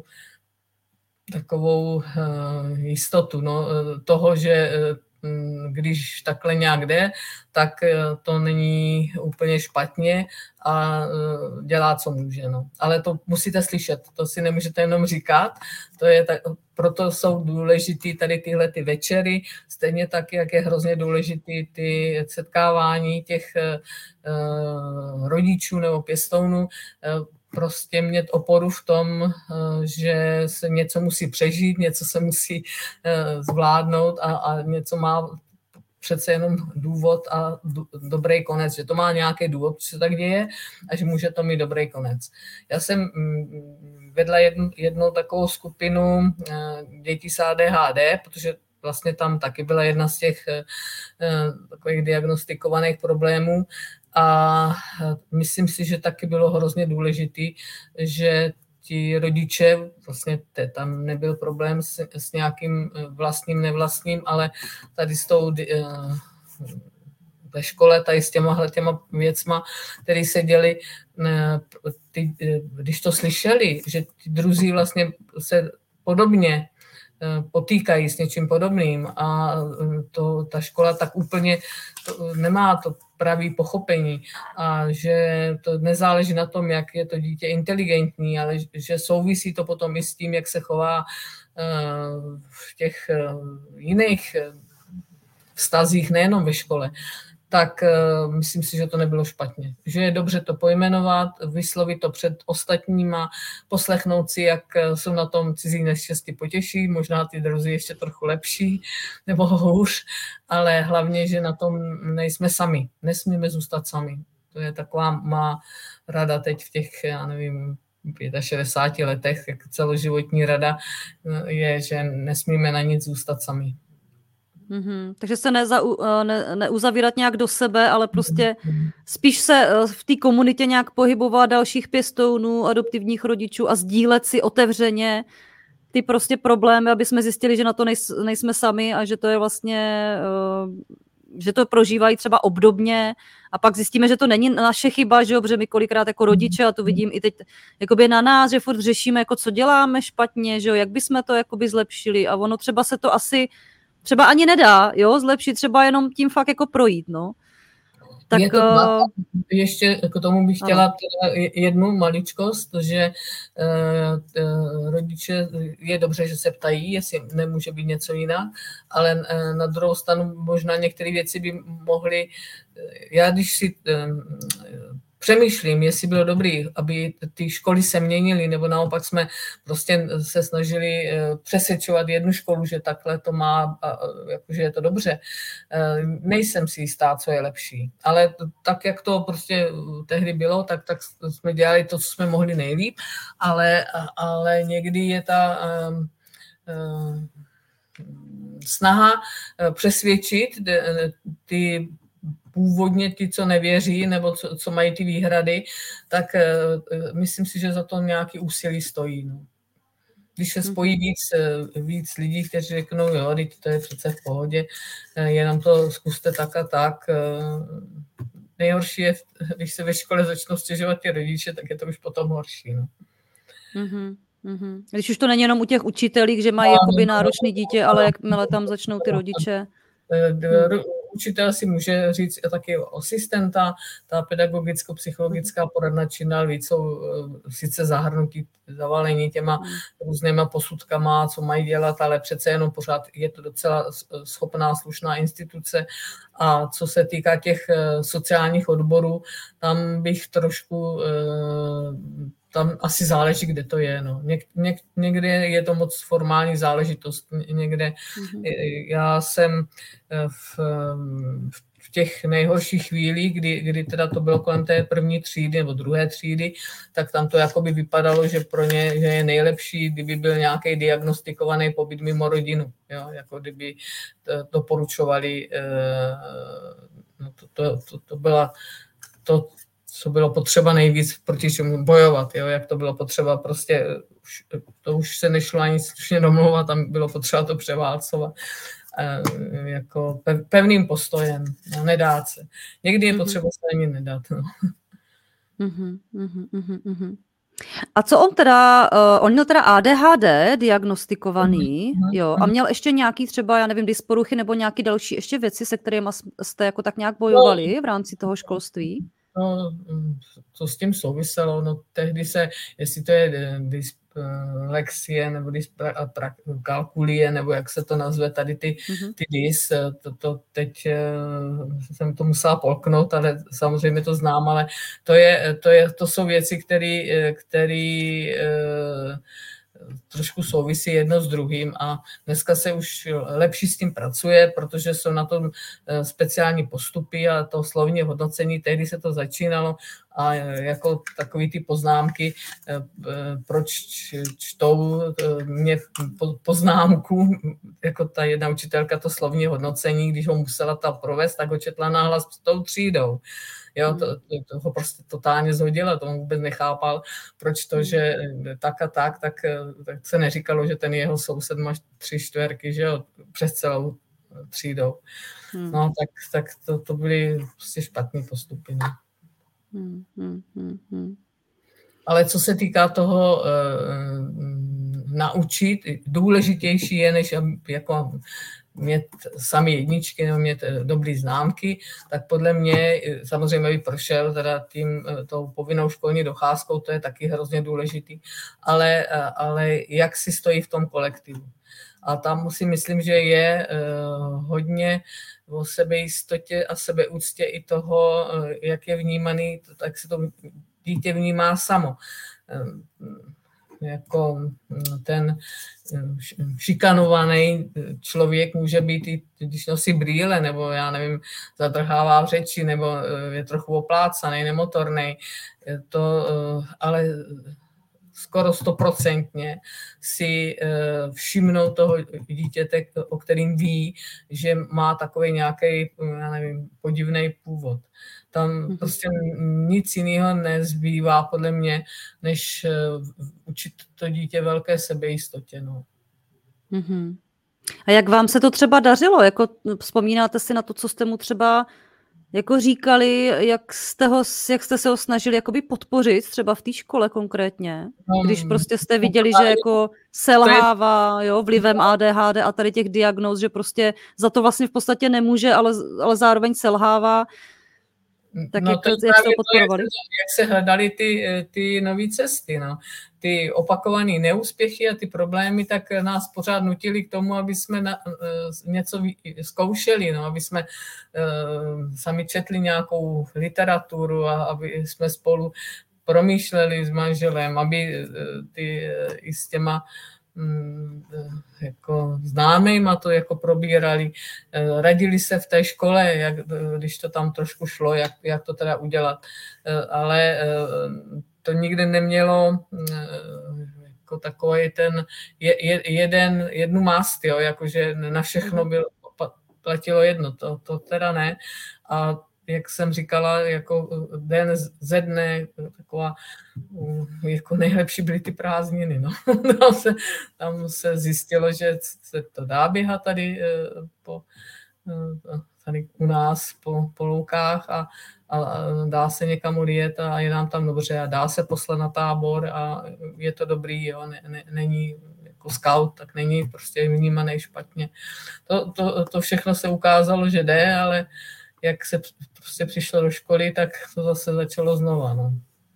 takovou jistotu toho, že když takhle nějak jde, tak to není úplně špatně a dělá, co může. No. Ale to musíte slyšet, to si nemůžete jenom říkat, proto jsou důležitý tady tyhle ty večery, stejně tak, jak je hrozně důležitý ty setkávání těch rodičů nebo pěstounů, prostě mít oporu v tom, že se něco musí přežít, něco se musí zvládnout a něco má přece jenom důvod a dobrý konec, že to má nějaký důvod, že se tak děje a že může to mít dobrý konec. Já jsem vedla jednu takovou skupinu dětí s ADHD, protože vlastně tam taky byla jedna z těch takových diagnostikovaných problémů. A myslím si, že taky bylo hrozně důležitý, že ti rodiče, vlastně tam nebyl problém s nějakým vlastním, nevlastním, ale tady s tou ve škole, tady s těma věcma, které se děly, když to slyšeli, že ti druzí vlastně se podobně potýkají s něčím podobným a ta škola tak úplně nemá to pravý pochopení a že to nezáleží na tom, jak je to dítě inteligentní, ale že souvisí to potom i s tím, jak se chová v těch jiných vztazích, nejenom ve škole, tak myslím si, že to nebylo špatně. Že je dobře to pojmenovat, vyslovit to před ostatníma, poslechnout si, jak jsou na tom cizí neštěstí potěší, možná ty druzí ještě trochu lepší nebo hůř, ale hlavně, že na tom nejsme sami. Nesmíme zůstat sami. To je taková má rada teď v těch, já nevím, 65 letech, jak celoživotní rada je, že nesmíme na nic zůstat sami. Takže se neuzavírat nějak do sebe, ale prostě spíš se v té komunitě nějak pohybovat dalších pěstounů, adoptivních rodičů a sdílet si otevřeně ty prostě problémy, aby jsme zjistili, že na to nejsme sami a že to je vlastně, že to prožívají třeba obdobně a pak zjistíme, že to není naše chyba, že jo, protože my kolikrát jako rodiče, a to vidím i teď jakoby na nás, že furt řešíme, jako co děláme špatně, že jo, jak bychom to jakoby zlepšili a ono třeba se to asi třeba ani nedá, jo, zlepšit, třeba jenom tím fakt jako projít, no. Tak, ještě k tomu bych chtěla jednu maličkost, že rodiče, je dobře, že se ptají, jestli nemůže být něco jinak, ale na druhou stranu možná některé věci by mohly, já když si přemýšlím, jestli bylo dobrý, aby ty školy se měnily, nebo naopak jsme prostě se snažili přesvědčovat jednu školu, že takhle to má, jakože je to dobře. Nejsem si jistá, co je lepší. Ale tak, jak to prostě tehdy bylo, tak jsme dělali to, co jsme mohli nejlíp, ale někdy je ta snaha přesvědčit ty původně ti, co nevěří, nebo co mají ty výhrady, tak myslím si, že za to nějaký úsilí stojí. No. Když se spojí víc lidí, kteří řeknou, jo, to je přece v pohodě, jenom to zkuste tak a tak. Nejhorší je, když se ve škole začnou stěžovat ty rodiče, tak je to už potom horší. No. Když už to není jenom u těch učitelů, že mají jakoby náročný dítě, ale jakmile tam začnou ty rodiče... Učitel si může říct taky asistenta, ta pedagogicko-psychologická poradna čím dál víc jsou sice zahrnutí, zavalení těma různýma posudkama, co mají dělat, ale přece jenom pořád je to docela schopná, slušná instituce. A co se týká těch sociálních odborů, tam bych trošku... Tam asi záleží, kde to je. No. Někde je to moc formální záležitost. Někde já jsem v těch nejhorších chvílích, kdy teda to bylo kolem té první třídy nebo druhé třídy, tak tam to jakoby vypadalo, že pro ně že je nejlepší, kdyby byl nějaký diagnostikovaný pobyt mimo rodinu. Jo? Jako kdyby doporučovali, to byla to, co bylo potřeba nejvíc proti čemu bojovat, jo? Jak to bylo potřeba prostě, to už se nešlo ani slušně domlouvat, tam bylo potřeba to převálcovat jako pevným postojem, no, nedát se. Někdy je potřeba se ani nedat. No. A co on teda, on měl teda ADHD diagnostikovaný, jo, a měl ještě nějaký třeba, já nevím, dysporuchy nebo nějaký další ještě věci, se kterými jste jako tak nějak bojovali v rámci toho školství? No, to s tím souviselo, no tehdy se, jestli to je dyslexie nebo kalkulie, nebo jak se to nazve, tady ty dys, to teď jsem to musela polknout, ale samozřejmě to znám, ale to jsou věci, které trošku souvisí jedno s druhým a dneska se už lepší s tím pracuje, protože jsou na tom speciální postupy a to slovní hodnocení, tehdy se to začínalo a jako takový ty poznámky, proč čtou mě poznámku, jako ta jedna učitelka to slovní hodnocení, když ho musela ta provést, tak ho četla nahlas s tou třídou. Jo, to ho prostě totálně zhodilo, to vůbec nechápal, proč to, že tak a tak se neříkalo, že ten jeho soused má 3 čtverky, že jo, přes celou třídou. No, tak to byly prostě špatný postupy. No. Ale co se týká toho naučit, důležitější je, než jako mít sami jedničky nebo mít dobrý známky, tak podle mě samozřejmě by prošel teda tou povinnou školní docházkou, to je taky hrozně důležitý, ale jak si stojí v tom kolektivu. A tam si myslím, že je hodně o sebejistotě a sebeúctě i toho, jak je vnímaný, tak se to dítě vnímá samo. jako ten šikanovaný člověk může být i když nosí brýle, nebo já nevím, zadrhává v řeči, nebo je trochu oplácaný, nemotorný, ale skoro 100% si všimnou toho dítěte, o kterým ví, že má takový nějaký, já nevím, podivný původ. Tam prostě nic jiného nezbývá podle mě, než učit to dítě velké sebejistotě. No. Mm-hmm. A jak vám se to třeba dařilo? Jako, vzpomínáte si na to, co jste mu třeba jako říkali, jak jste se ho snažili jakoby podpořit třeba v té škole konkrétně? Když prostě jste viděli, že jako selhává, jo, vlivem ADHD a tady těch diagnóz, že prostě za to vlastně v podstatě nemůže, ale zároveň selhává. Tak no jak jste ho podporovali? Jak se hledaly ty nové cesty, no. Ty opakované neúspěchy a ty problémy, tak nás pořád nutili k tomu, aby jsme něco zkoušeli, no, aby jsme sami četli nějakou literaturu a aby jsme spolu promýšleli s manželem, aby i s těma jako známejma to jako probírali, radili se v té škole, když to tam trošku šlo, jak to teda udělat, ale to nikdy nemělo jako takový ten jednu mást, jo, jakože na všechno platilo jedno, to teda ne. A jak jsem říkala, jako den ze dne, taková, jako nejlepší byly ty prázdniny. No. Tam se zjistilo, že se to dá běhat tady u nás po loukách a dá se někam odjet a je nám tam dobře a dá se poslat na tábor a je to dobrý, jo, není jako scout, tak není prostě vnímaný špatně. To všechno se ukázalo, že jde, ale jak se prostě přišlo do školy, tak to zase začalo znova. No.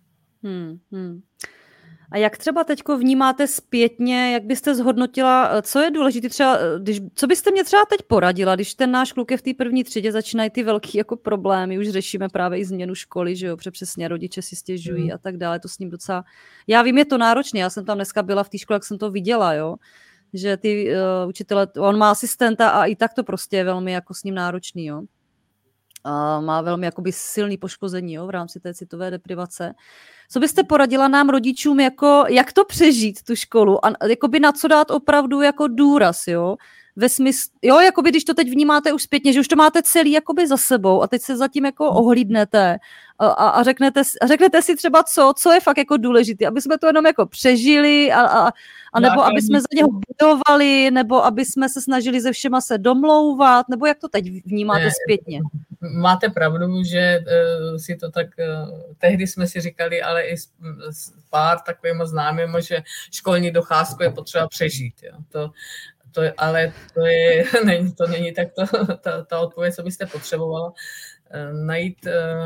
A jak třeba teďko vnímáte zpětně, jak byste zhodnotila, co je důležité třeba, co byste mě třeba teď poradila, když ten náš kluk je v té první třídě, začínají ty velký jako problémy, už řešíme právě i změnu školy, že jo, přesně rodiče si stěžují a tak dále, to s ním docela, já vím, je to náročné, já jsem tam dneska byla v té škole, jak jsem to viděla, jo, že ty učitele, on má asistenta a i tak to prostě je velmi jako s ním náročný, jo. A má velmi jakoby silný poškození, jo, v rámci té citové deprivace. Co byste poradila nám rodičům, jako, jak to přežít, tu školu a jakoby na co dát opravdu jako důraz, jo? Ve smyslu, jo, jakoby když to teď vnímáte už zpětně, že už to máte celý jakoby za sebou a teď se zatím jako ohlídnete a řeknete si třeba co je fakt jako důležité, aby jsme to jenom jako přežili a nebo aby jsme za něho bojovali, nebo aby jsme se snažili se všema se domlouvat, nebo jak to teď vnímáte zpětně? Máte pravdu, že si to tak, tehdy jsme si říkali, ale i s pár takovými známými, že školní docházku je potřeba přežít. Jo. Ale to není tak ta odpověď, co byste potřebovala. Najít,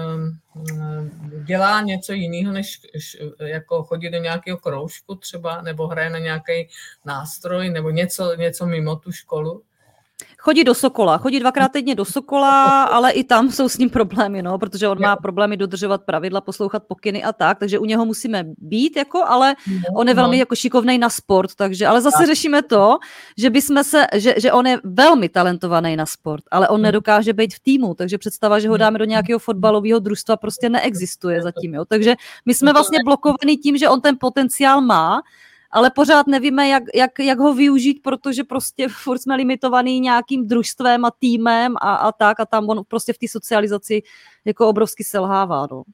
dělá něco jiného, než jako chodit do nějakého kroužku třeba, nebo hraje na nějaký nástroj, nebo něco mimo tu školu. Chodí do Sokola, chodí 2krát týdně do Sokola, ale i tam jsou s ním problémy, no, protože on má problémy dodržovat pravidla, poslouchat pokyny a tak, takže u něho musíme být, jako, ale on je velmi jako šikovnej na sport, takže, ale zase řešíme to, že on je velmi talentovaný na sport, ale on nedokáže být v týmu, takže představa, že ho dáme do nějakého fotbalového družstva prostě neexistuje zatím, jo, takže my jsme vlastně blokovaní tím, že on ten potenciál má, ale pořád nevíme, jak ho využít, protože prostě furt jsme limitovaný nějakým družstvem a týmem a tak a tam on prostě v té socializaci jako obrovsky selhává. No.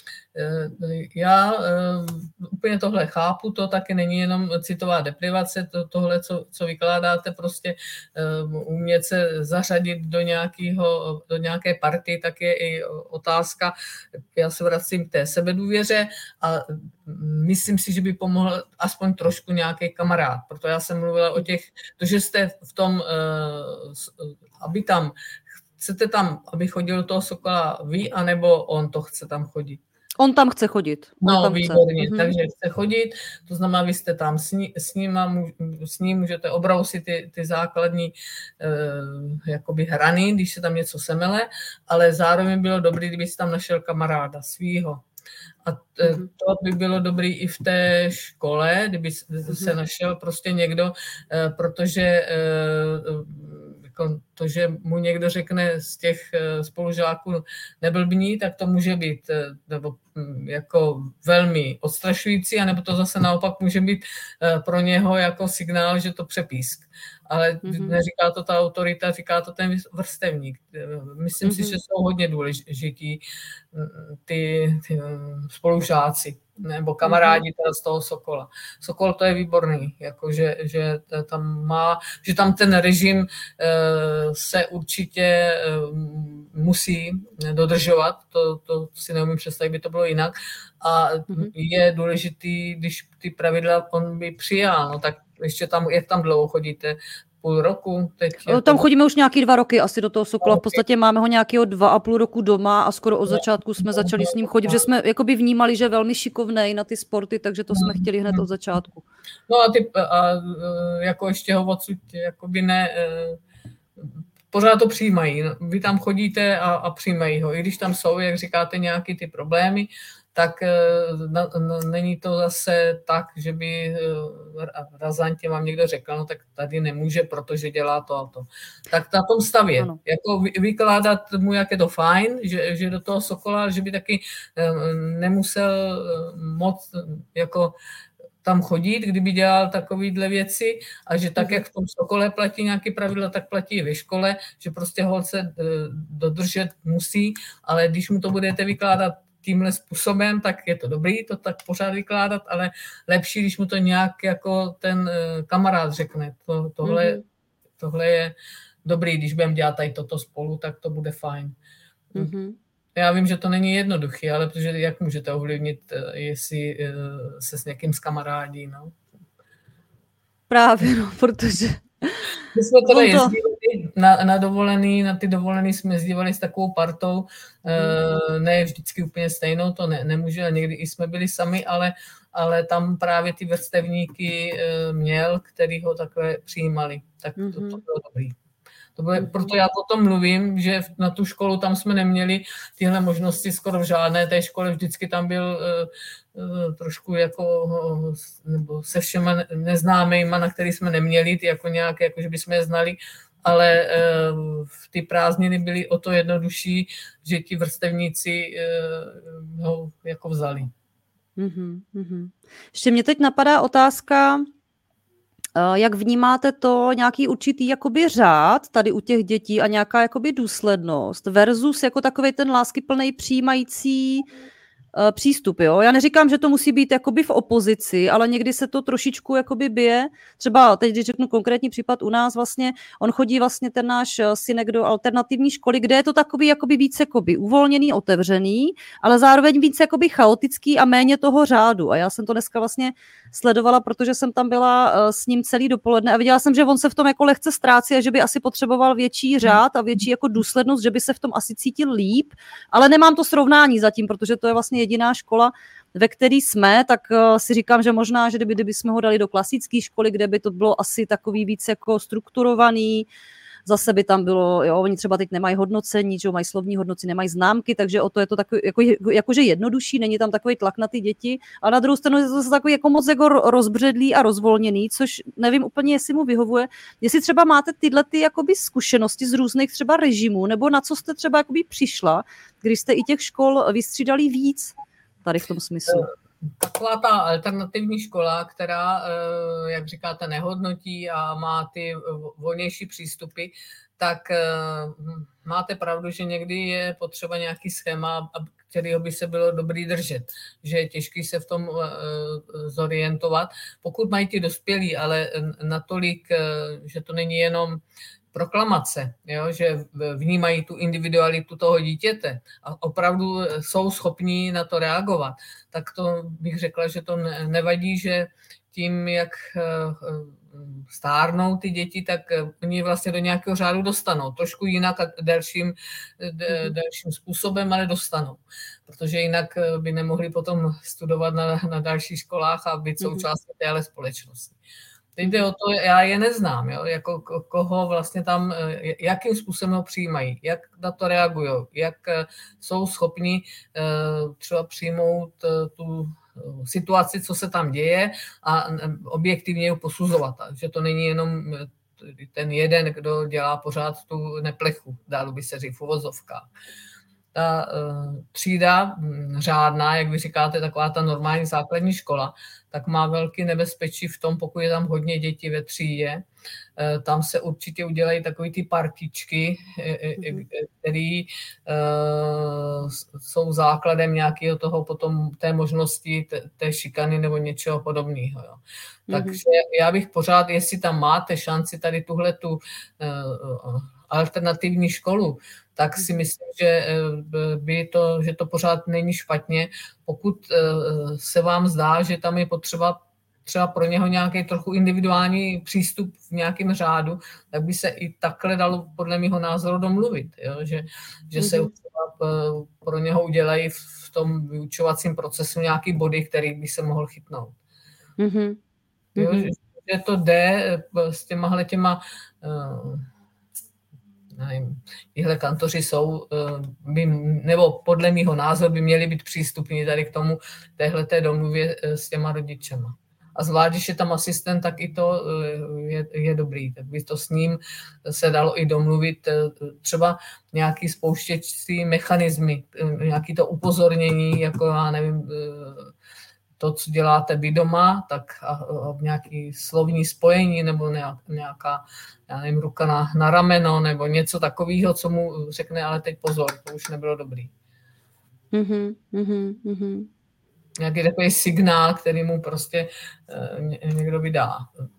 Já úplně tohle chápu, to taky není jenom citová deprivace, tohle, co vykládáte, prostě umět se zařadit do nějaké party, tak je i otázka, já se vracím k té sebedůvěře a myslím si, že by pomohl aspoň trošku nějaký kamarád, proto já jsem mluvila o těch, to, že jste v tom, chcete tam, aby chodil do toho Sokola vy, anebo on to chce tam chodit? On tam chce chodit. No, výborně, takže chce chodit, to znamená, vy jste tam s ním můžete obrousit ty základní jakoby hrany, když se tam něco semele, ale zároveň bylo dobré, kdyby si tam našel kamaráda svýho. A to by bylo dobrý i v té škole, kdyby se našel prostě někdo, protože to, že mu někdo řekne z těch spolužáků neblbní, tak to může být nebo jako velmi odstrašující, anebo to zase naopak může být pro něho jako signál, že to přepísk. Ale neříká to ta autorita, říká to ten vrstevník. Myslím si, že jsou hodně důležití ty spolužáci nebo kamarádi teda z toho Sokola. Sokol to je výborný, jako že tam ten režim se určitě musí dodržovat, to si neumím představit, by to bylo jinak. A je důležitý, když ty pravidla on by přijal, no tak ještě tam, jak tam dlouho chodíte? Půl roku? Teď tam chodíme už nějaký 2 roky asi do toho Sokola. V podstatě máme ho nějakého 2,5 roku doma a skoro od začátku jsme začali s ním chodit, protože jsme jakoby vnímali, že je velmi šikovnej na ty sporty, takže to jsme chtěli hned od začátku. No a jako ještě ho odsud jakoby ne... Pořád to přijímají. Vy tam chodíte a přijímají ho. I když tam jsou, jak říkáte, nějaké ty problémy, tak není to zase tak, že by razantně vám někdo řekl, no tak tady nemůže, protože dělá to a to. Tak na tom stavě. Ano. Jako vykládat mu, jak je to fajn, že do toho Sokola, že by taky nemusel moc jako tam chodit, kdyby dělal takovýhle věci a že tak, jak v tom Sokole platí nějaké pravidla, tak platí i ve škole, že prostě holce dodržet musí, ale když mu to budete vykládat tímhle způsobem, tak je to dobrý, to tak pořád vykládat, ale lepší, když mu to nějak jako ten kamarád řekne. Tohle je dobrý, když budeme dělat tady toto spolu, tak to bude fajn. Já vím, že to není jednoduché, ale protože jak můžete ovlivnit, jestli se s někým skamarádí, no? Právě, no, protože... My jsme teda jezdili na ty dovolený jsme jezdívali s takovou partou, ne vždycky úplně stejnou, to nemůže, a někdy i jsme byli sami, ale tam právě ty vrstevníky měl, který ho takhle přijímali. Tak to bylo dobrý. Proto já o tom mluvím, že na tu školu tam jsme neměli tyhle možnosti skoro v žádné té škole, vždycky tam byl trošku jako nebo se všema neznámejma, na který jsme neměli, ty jako nějaké, jako že bychom je znali, ale ty prázdniny byly o to jednodušší, že ti vrstevníci ho jako vzali. Ještě mě teď napadá otázka, jak vnímáte to nějaký určitý jakoby řád tady u těch dětí a nějaká jakoby důslednost versus jako takovej ten láskyplnej přijímající přístup, jo? Já neříkám, že to musí být jakoby v opozici, ale někdy se to trošičku jakoby bije. Třeba teď, když řeknu konkrétní případ u nás vlastně, on chodí vlastně ten náš synek do alternativní školy, kde je to takový jakoby víc jakoby uvolněný, otevřený, ale zároveň víc jakoby chaotický a méně toho řádu. A já jsem to dneska vlastně sledovala, protože jsem tam byla s ním celý dopoledne a viděla jsem, že on se v tom jako lehce ztrácí a že by asi potřeboval větší řád a větší jako důslednost, že by se v tom asi cítil líp, ale nemám to srovnání zatím, protože to je vlastně jediná škola, ve které jsme, tak si říkám, že možná, že kdyby jsme ho dali do klasické školy, kde by to bylo asi takový víc jako strukturovaný, zase by tam bylo, jo, oni třeba teď nemají hodnocení, že mají slovní hodnocení, nemají známky, takže o to je to takový, jakože jednodušší, není tam takový tlak na ty děti, a na druhou stranu je to zase takový jako moc jako rozbředlý a rozvolněný, což nevím úplně, jestli mu vyhovuje. Jestli třeba máte tyhle ty jakoby zkušenosti z různých třeba režimů, nebo na co jste třeba jakoby přišla, když jste i těch škol vystřídali víc tady v tom smyslu? Taková ta alternativní škola, která, jak říkáte, nehodnotí a má ty volnější přístupy, tak máte pravdu, že někdy je potřeba nějaký schéma, kterého by se bylo dobrý držet, že je těžký se v tom zorientovat. Pokud mají ty dospělí, ale natolik, že to není jenom proklamace, jo, že vnímají tu individualitu toho dítěte a opravdu jsou schopní na to reagovat, tak to bych řekla, že to nevadí, že tím, jak stárnou ty děti, tak oni vlastně do nějakého řádu dostanou. Trošku jinak a delším způsobem, ale dostanou. Protože jinak by nemohli potom studovat na dalších školách a být součástí téhle společnosti. Teď jde o to, já je neznám, jo? Jako koho vlastně tam, jakým způsobem ho přijímají, jak na to reagují, jak jsou schopni třeba přijmout tu situaci, co se tam děje a objektivně ji posuzovat. Takže to není jenom ten jeden, kdo dělá pořád tu neplechu, dalo by se říct v uvozovkách. Ta třída řádná, jak vy říkáte, taková ta normální základní škola, tak má velký nebezpečí v tom, pokud je tam hodně dětí ve třídě. Tam se určitě udělají takové ty partičky, které jsou základem nějakého toho potom té možnosti té šikany nebo něčeho podobného. Jo. Takže já bych pořád, jestli tam máte šanci tady tuhletu alternativní školu, tak si myslím, že to pořád není špatně. Pokud se vám zdá, že tam je potřeba třeba pro něho nějaký trochu individuální přístup v nějakém řádu, tak by se i takhle dalo podle mého názoru domluvit, jo? Že se pro něho udělají v tom vyučovacím procesu nějaký body, který by se mohl chytnout. Jo? Že to jde s těma tihle kantoři jsou, nebo podle mýho názoru by měli být přístupní tady k tomu téhleté domluvě s těma rodičema. A zvlášť, když je tam asistent, tak i to je dobrý. Tak by to s ním se dalo i domluvit třeba nějaký spouštěcí mechanismy, nějaký to upozornění, jako já nevím, to, co děláte vy doma, tak a nějaký slovní spojení nebo nějaká, já nevím, ruka na rameno nebo něco takového, co mu řekne, ale teď pozor, to už nebylo dobrý. Nějaký takový signál, který mu prostě někdo vydá.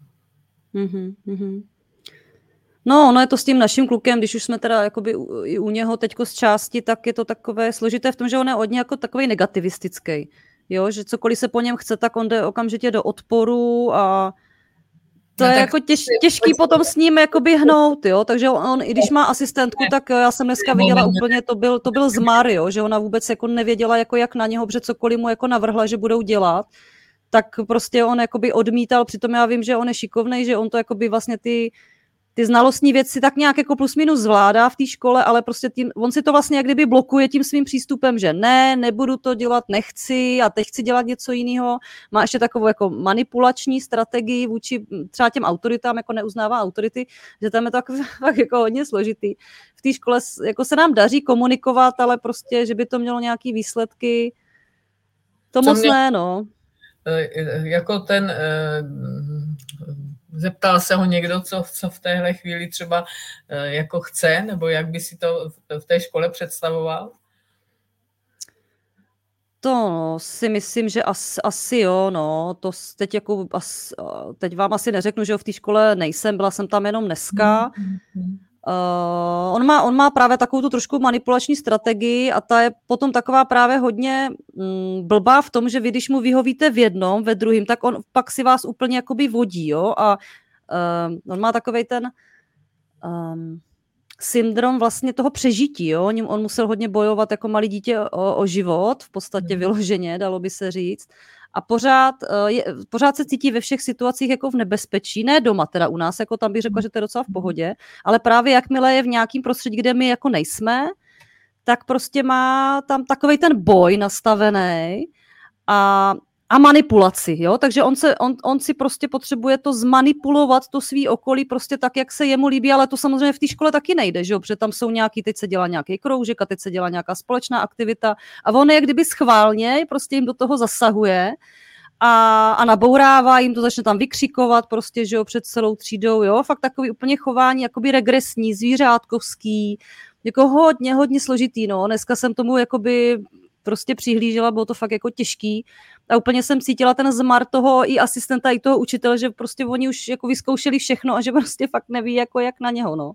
No, ono je to s tím naším klukem, když už jsme teda jakoby i u něho teďko z části, tak je to takové složité v tom, že on je hodně jako takový negativistický. Jo, že cokoliv se po něm chce, tak on jde okamžitě do odporu a to je jako těžký potom s ním jakoby hnout, jo, takže on, i když má asistentku, tak já jsem dneska viděla úplně, to byl zmar, jo, že ona vůbec jako nevěděla, jako jak na něho, protože cokoliv mu jako navrhla, že budou dělat, tak prostě on jakoby odmítal, přitom já vím, že on je šikovnej, že on to jakoby vlastně ty znalostní věci tak nějak jako plus minus zvládá v té škole, ale prostě on si to vlastně jak kdyby blokuje tím svým přístupem, že nebudu to dělat, nechci a teď chci dělat něco jiného. Má ještě takovou jako manipulační strategii vůči třeba těm autoritám, jako neuznává autority, že tam je to tak jako hodně složitý. V té škole jako se nám daří komunikovat, ale prostě, že by to mělo nějaký výsledky, to moc ne, no. Jako ten... Zeptal se ho někdo, co v téhle chvíli třeba jako chce, nebo jak by si to v té škole představoval? To si myslím, že asi jo, no. To teď vám asi neřeknu, že v té škole nejsem, byla jsem tam jenom dneska. On má právě takovou tu trošku manipulační strategii a ta je potom taková právě hodně blbá v tom, že vy, když mu vyhovíte v jednom, ve druhém, tak on pak si vás úplně jakoby vodí, jo, a on má takovej ten syndrom vlastně toho přežití, jo, on musel hodně bojovat jako malý dítě o život, v podstatě vyloženě, dalo by se říct. A pořád se cítí ve všech situacích jako v nebezpečí, ne doma teda u nás, jako tam bych řekla, že to je docela v pohodě, ale právě jakmile je v nějakém prostředí, kde my jako nejsme, tak prostě má tam takovej ten boj nastavený a manipulaci, jo, takže on si prostě potřebuje to zmanipulovat, to svý okolí prostě tak, jak se jemu líbí, ale to samozřejmě v té škole taky nejde, že jo, protože tam jsou teď se dělá nějaký kroužek a teď se dělá nějaká společná aktivita a on jak kdyby schválně prostě jim do toho zasahuje a nabourává jim to, začne tam vykřikovat prostě, že jo, před celou třídou, jo, fakt takový úplně chování jakoby regresní, zvířátkovský, jako hodně složitý, no, dneska jsem tomu jakoby prostě přihlížela, bylo to fakt jako těžký a úplně jsem cítila ten zmar toho i asistenta, i toho učitele, že prostě oni už jako vyzkoušeli všechno a že prostě fakt neví, jako jak na něho, no.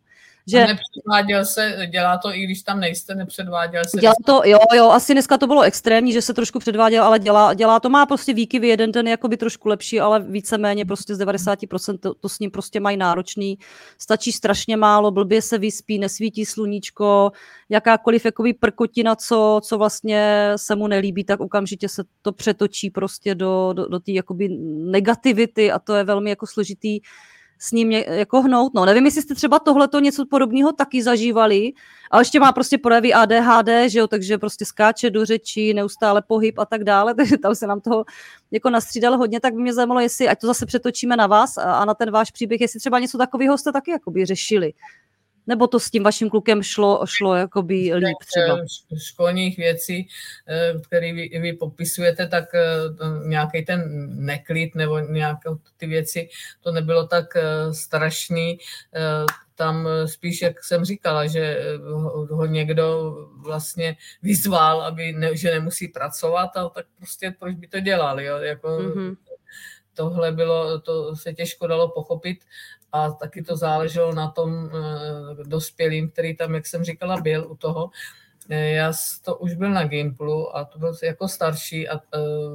Že nepředváděl se, dělá to, i když tam nejste, nepředváděl se. Dělá to, jo, asi dneska to bylo extrémní, že se trošku předváděl, ale dělá to, má prostě výkyvy, jeden den jakoby trošku lepší, ale víceméně prostě z 90% to s ním prostě mají náročný. Stačí strašně málo, blbě se vyspí, nesvítí sluníčko, jakákoliv jakoby prkotina, co vlastně se mu nelíbí, tak okamžitě se to přetočí prostě do té jakoby negativity a to je velmi jako složitý s ním jako hnout. No, nevím, jestli jste třeba tohleto něco podobného taky zažívali, ale ještě má prostě projevy ADHD, že jo, takže prostě skáče do řeči, neustále pohyb a tak dále, takže tam se nám toho jako nastřídalo hodně, tak by mě zajímalo, jestli, ať to zase přetočíme na vás a na ten váš příběh, jestli třeba něco takového jste taky jakoby řešili. Nebo to s tím vaším klukem šlo jakoby líp třeba? Školních věcí, které vy popisujete, tak nějaký ten neklid nebo nějaké ty věci, to nebylo tak strašný. Tam spíš, jak jsem říkala, že ho někdo vlastně vyzval, že nemusí pracovat, a tak prostě proč by to dělal, jo? Jako, tohle bylo, to se těžko dalo pochopit a taky to záleželo na tom dospělým, který tam, jak jsem říkala, byl u toho. Já to už byl na Gimplu a to byl jako starší a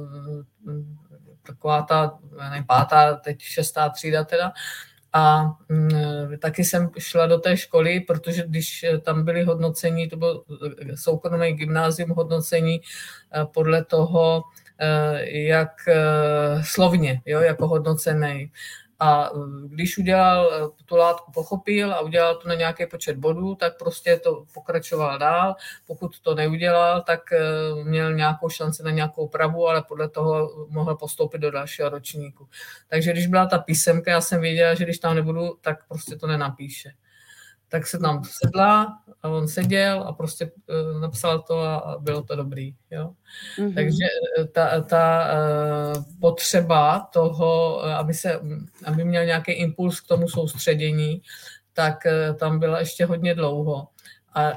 taková ta, nevím, 5., teď 6. třída teda. A taky jsem šla do té školy, protože když tam byly hodnocení, to bylo soukromé gymnázium hodnocení podle toho, jak slovně, jo, jako hodnocený. A když udělal tu látku, pochopil a udělal to na nějaký počet bodů, tak prostě to pokračoval dál. Pokud to neudělal, tak měl nějakou šanci na nějakou pravu, ale podle toho mohl postoupit do dalšího ročníku. Takže když byla ta písemka, já jsem věděla, že když tam nebudu, tak prostě to nenapíše. Tak se tam sedla a on seděl a prostě napsal to a bylo to dobrý. Jo? Takže ta potřeba toho, aby měl nějaký impuls k tomu soustředění, tak tam byla ještě hodně dlouho. A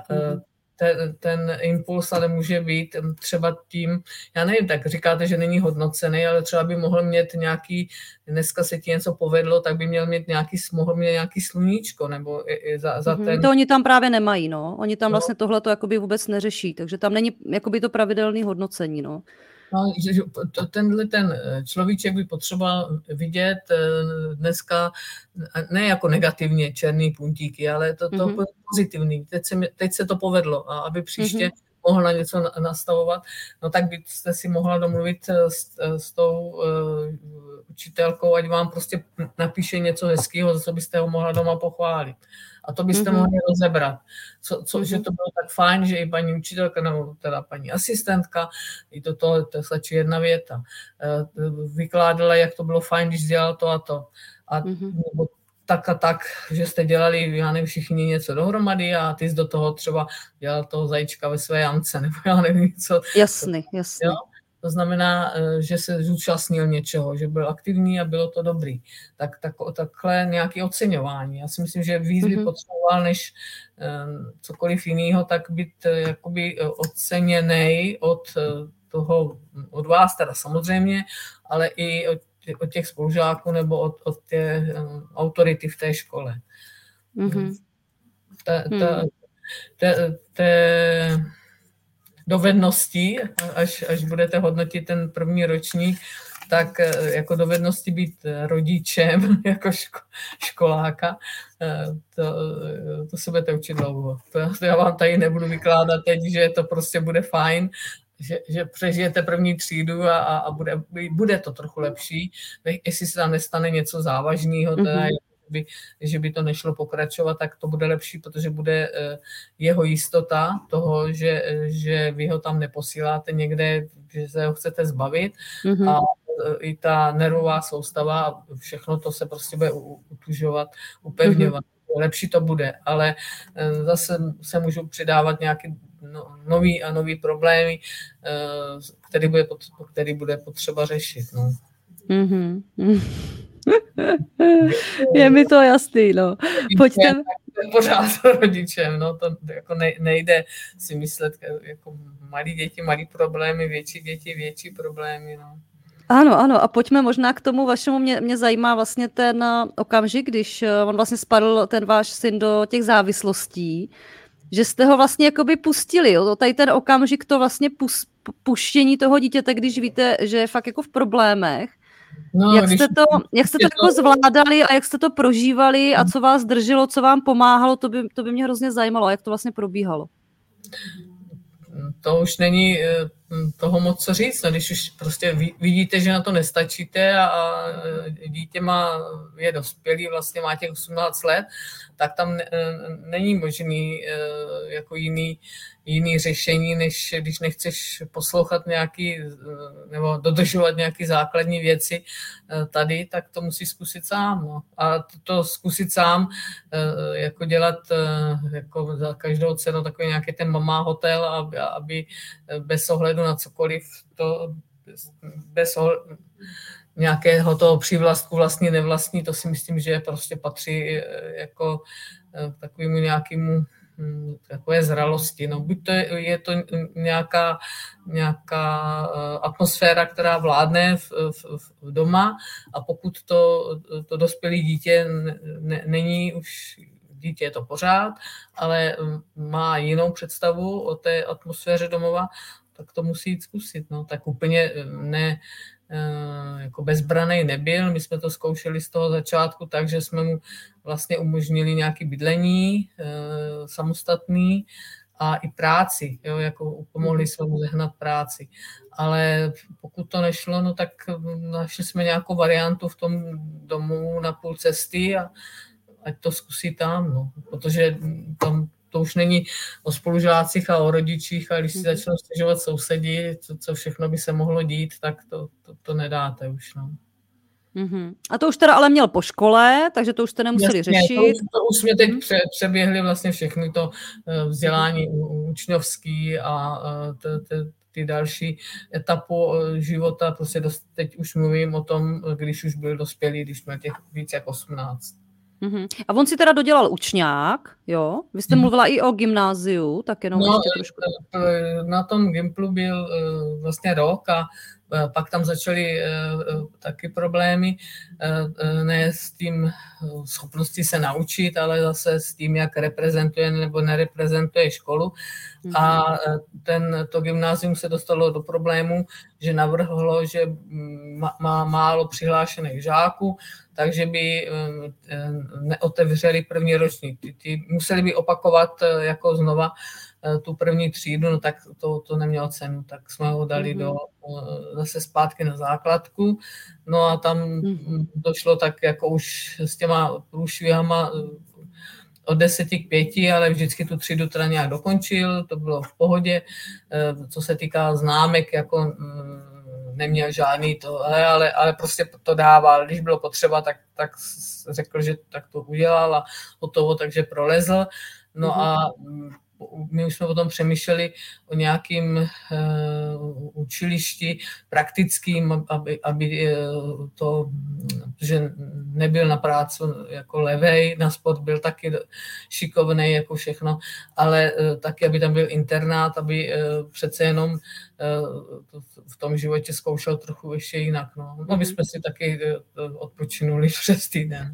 ten impuls ale může být třeba tím, já nevím, tak říkáte, že není hodnocený, ale třeba by mohl mít nějaký, dneska se ti něco povedlo, tak by mohl mít nějaký sluníčko, nebo za ten... To oni tam právě nemají, no. Oni tam vlastně tohleto jakoby vůbec neřeší, takže tam není jakoby to pravidelné hodnocení, no. No, ten človíček by potřeboval vidět dneska ne jako negativně černý puntíky, ale to pozitivní. Teď se to povedlo a aby příště mohl na něco nastavovat, no tak byste si mohla domluvit s tou učitelkou, ať vám prostě napíše něco hezkého, za co byste ho mohla doma pochválit. A to byste mohli rozebrat. Že to bylo tak fajn, že i paní učitelka, nebo teda paní asistentka, i to stačí jedna věta, vykládala, jak to bylo fajn, když dělal to a to. A nebo tak a tak, že jste dělali, já nevím, všichni něco dohromady a ty jsi do toho třeba dělal toho zajíčka ve své jamce, nebo já nevím co. Jasný. Jo? To znamená, že se zúčastnil něčeho, že byl aktivní a bylo to dobrý. Takhle nějaké oceňování. Já si myslím, že víc by potřeboval než cokoliv jiného, tak být jakoby oceněný od vás teda samozřejmě, ale i od těch spolužáků nebo od té autority v té škole. Dovednosti, až budete hodnotit ten první ročník, tak jako dovednosti být rodičem, jako školáka, to se budete učit dlouho. To já vám tady nebudu vykládat teď, že to prostě bude fajn, že přežijete první třídu a bude to trochu lepší, jestli se tam nestane něco závažného, teda že by to nešlo pokračovat, tak to bude lepší, protože bude jeho jistota toho, že vy ho tam neposíláte někde, že se ho chcete zbavit a i ta nervová soustava a všechno to se prostě bude utužovat, upevňovat. Lepší to bude, ale zase se můžou přidávat nějaké nový problémy, který bude potřeba řešit. No. Je mi to jasný, no. Pojďte. Pořád rodičem, no, to jako nejde si myslet, jako malí děti, malí problémy, větší děti, větší problémy, no. Ano, ano, a pojďme možná k tomu vašemu, mě zajímá vlastně ten okamžik, když on vlastně spadl, ten váš syn, do těch závislostí, že jste ho vlastně jakoby pustili, jo? Tady ten okamžik, to vlastně puštění toho dítěte, když víte, že je fakt jako v problémech. No, jak jste to jako zvládali a jak jste to prožívali a co vás drželo, co vám pomáhalo, to by mě hrozně zajímalo, jak to vlastně probíhalo. To už není toho moc co říct, no, když už prostě vidíte, že na to nestačíte a dítě je dospělý, vlastně má těch 18 let, tak tam není možný jako jiný řešení, než když nechceš poslouchat nějaký nebo dodržovat nějaké základní věci tady, tak to musí zkusit sám. No. A to zkusit sám, jako dělat jako za každou cenu takový nějaký ten mama hotel, aby bez ohledu na cokoliv, to bez nějakého toho přívlastku vlastní, nevlastní, to si myslím, že prostě patří jako takovému nějakému takové zralosti. No, buď je to nějaká atmosféra, která vládne v doma, a pokud to dospělé dítě není už dítě, je to pořád, ale má jinou představu o té atmosféře domova, tak to musí jít zkusit. No. Tak úplně ne jako bezbranej nebyl. My jsme to zkoušeli z toho začátku tak, že jsme mu vlastně umožnili nějaké bydlení samostatný a i práci. Jo, jako pomohli jsme mu sehnat práci. Ale pokud to nešlo, no tak našli jsme nějakou variantu v tom domu na půl cesty a ať to zkusí tam, no. Protože tam to už není o spolužácích a o rodičích, a když si začnou stěžovat sousedi, co všechno by se mohlo dít, tak to nedáte už. No. A to už teda ale měl po škole, takže to už jste nemuseli řešit. To už jsme teď přeběhli vlastně všechny to vzdělání učňovský a ty další etapu života. Prostě teď už mluvím o tom, když už byl dospělý, když měl těch víc jak 18. A on si teda dodělal učňák, jo? Vy jste mluvila i o gymnáziu, tak jenom ještě trošku. Na tom Gimplu byl vlastně rok a pak tam začaly taky problémy, ne s tím schopností se naučit, ale zase s tím, jak reprezentuje nebo nereprezentuje školu. A to gymnázium se dostalo do problému, že navrhlo, že má málo přihlášených žáků, takže by neotevřeli první ročník. Ty museli by opakovat jako znova tu první třídu, no tak to nemělo cenu, tak jsme ho dali zase zpátky na základku. No a tam došlo tak jako už s těma průšvihama od 10 k 5, ale vždycky tu třídu teda nějak dokončil, to bylo v pohodě. Co se týká známek, jako neměl žádný to, ale prostě to dával. Když bylo potřeba, tak řekl, že tak to udělal a hotovo, takže prolezl. No a my už jsme potom přemýšleli o nějakým učilišti praktickým, aby to, že nebyl na práci jako levej, na sport byl taky šikovnej jako všechno, ale taky, aby tam byl internát, aby přece jenom v tom životě zkoušel trochu ještě jinak. No. Aby jsme si taky odpočinuli přes týden.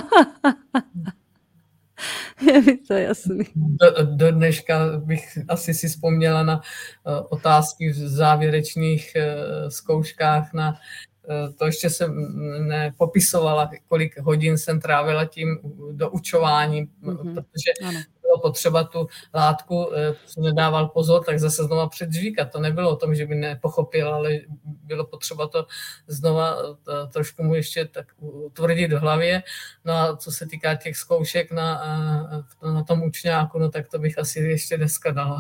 Je mi to jasný. Do dneška bych asi si vzpomněla na otázky v závěrečných zkouškách. To ještě jsem nepopisovala, kolik hodin jsem trávila tím doučováním, protože bylo potřeba tu látku, co nedával pozor, tak zase znova předžvíkat. To nebylo o tom, že by nepochopil, ale bylo potřeba to znova trošku mu ještě tak utvrdit v hlavě. No a co se týká těch zkoušek na tom učňáku, no tak to bych asi ještě dneska dala.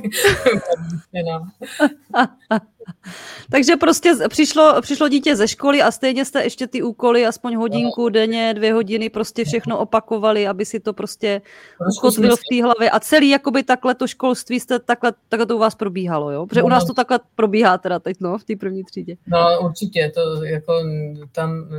Takže prostě přišlo dítě ze školy a stejně jste ještě ty úkoly aspoň hodinku denně, 2 hodiny prostě všechno opakovali, aby si to prostě ukotvil v té hlavě a celý jakoby takhle to školství jste takhle to u vás probíhalo, jo? Protože u nás to takhle probíhá teda teď, v té první třídě. No určitě, to jako tam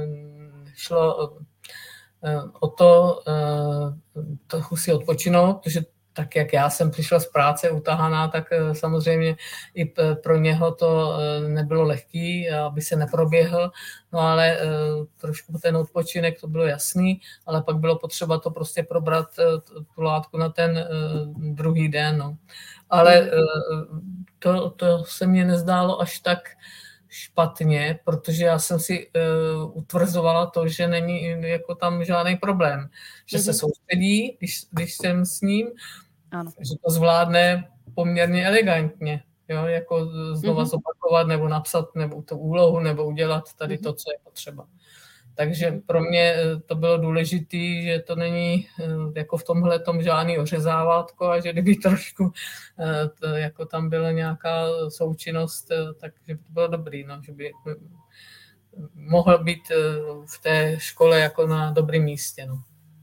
šlo o to trochu si odpočinout, protože tak jak já jsem přišla z práce utahaná, tak samozřejmě i pro něho to nebylo lehký, aby se neproběhl, no ale trošku ten odpočinek, to bylo jasný, ale pak bylo potřeba to prostě probrat tu látku na ten druhý den, no. Ale to se mně nezdálo až tak špatně, protože já jsem si utvrzovala to, že není jako tam žádný problém, že se soustředí, když jsem s ním, ano. Že to zvládne poměrně elegantně, jo, jako znova zopakovat nebo napsat nebo tu úlohu nebo udělat tady to, co je potřeba. Takže pro mě to bylo důležité, že to není jako v tomhle tom žádný ořezávátko a že kdyby trošku jako tam byla nějaká součinnost, takže by to bylo dobrý, no, že by mohl být v té škole jako na dobrém místě. No.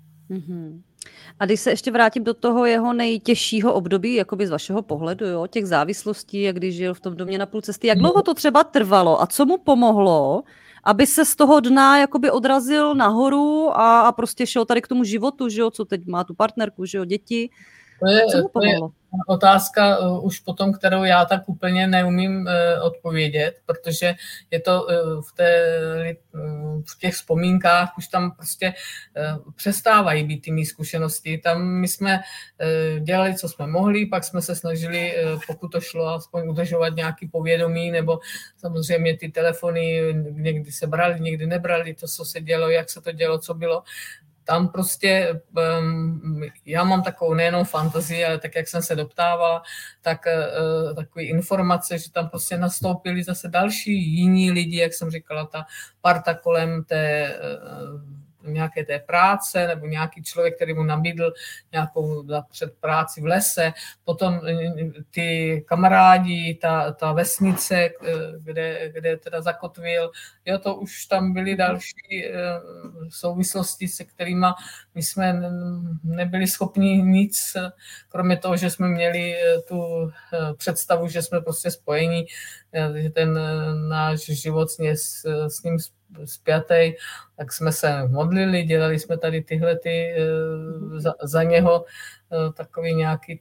A když se ještě vrátím do toho jeho nejtěžšího období, jakoby z vašeho pohledu, jo, těch závislostí, jak když žil v tom domě na půl cesty, jak dlouho to třeba trvalo a co mu pomohlo, aby se z toho dna jakoby odrazil nahoru a prostě šel tady k tomu životu, že jo, co teď má tu partnerku, že jo, děti. Co mu pomohlo? Otázka už potom, kterou já tak úplně neumím odpovědět, protože je to v těch vzpomínkách už tam prostě přestávají být ty mý zkušenosti. Tam my jsme dělali, co jsme mohli, pak jsme se snažili, pokud to šlo, aspoň udržovat nějaký povědomí, nebo samozřejmě ty telefony někdy se brali, někdy nebrali, to, co se dělo, jak se to dělo, co bylo. Tam prostě já mám takovou nejenom fantazii, ale tak, jak jsem se doptávala, tak takové informace, že tam prostě nastoupili zase další jiní lidi, jak jsem říkala, ta parta kolem nějaké té práce, nebo nějaký člověk, který mu nabídl nějakou předpráci v lese, potom ty kamarádi, ta vesnice, kde teda zakotvil, jo, to už tam byly další souvislosti, se kterými my jsme nebyli schopni nic, kromě toho, že jsme měli tu představu, že jsme prostě spojení, že ten náš život s ním spjatý, tak jsme se modlili, dělali jsme tady tyhle za něho takový nějaký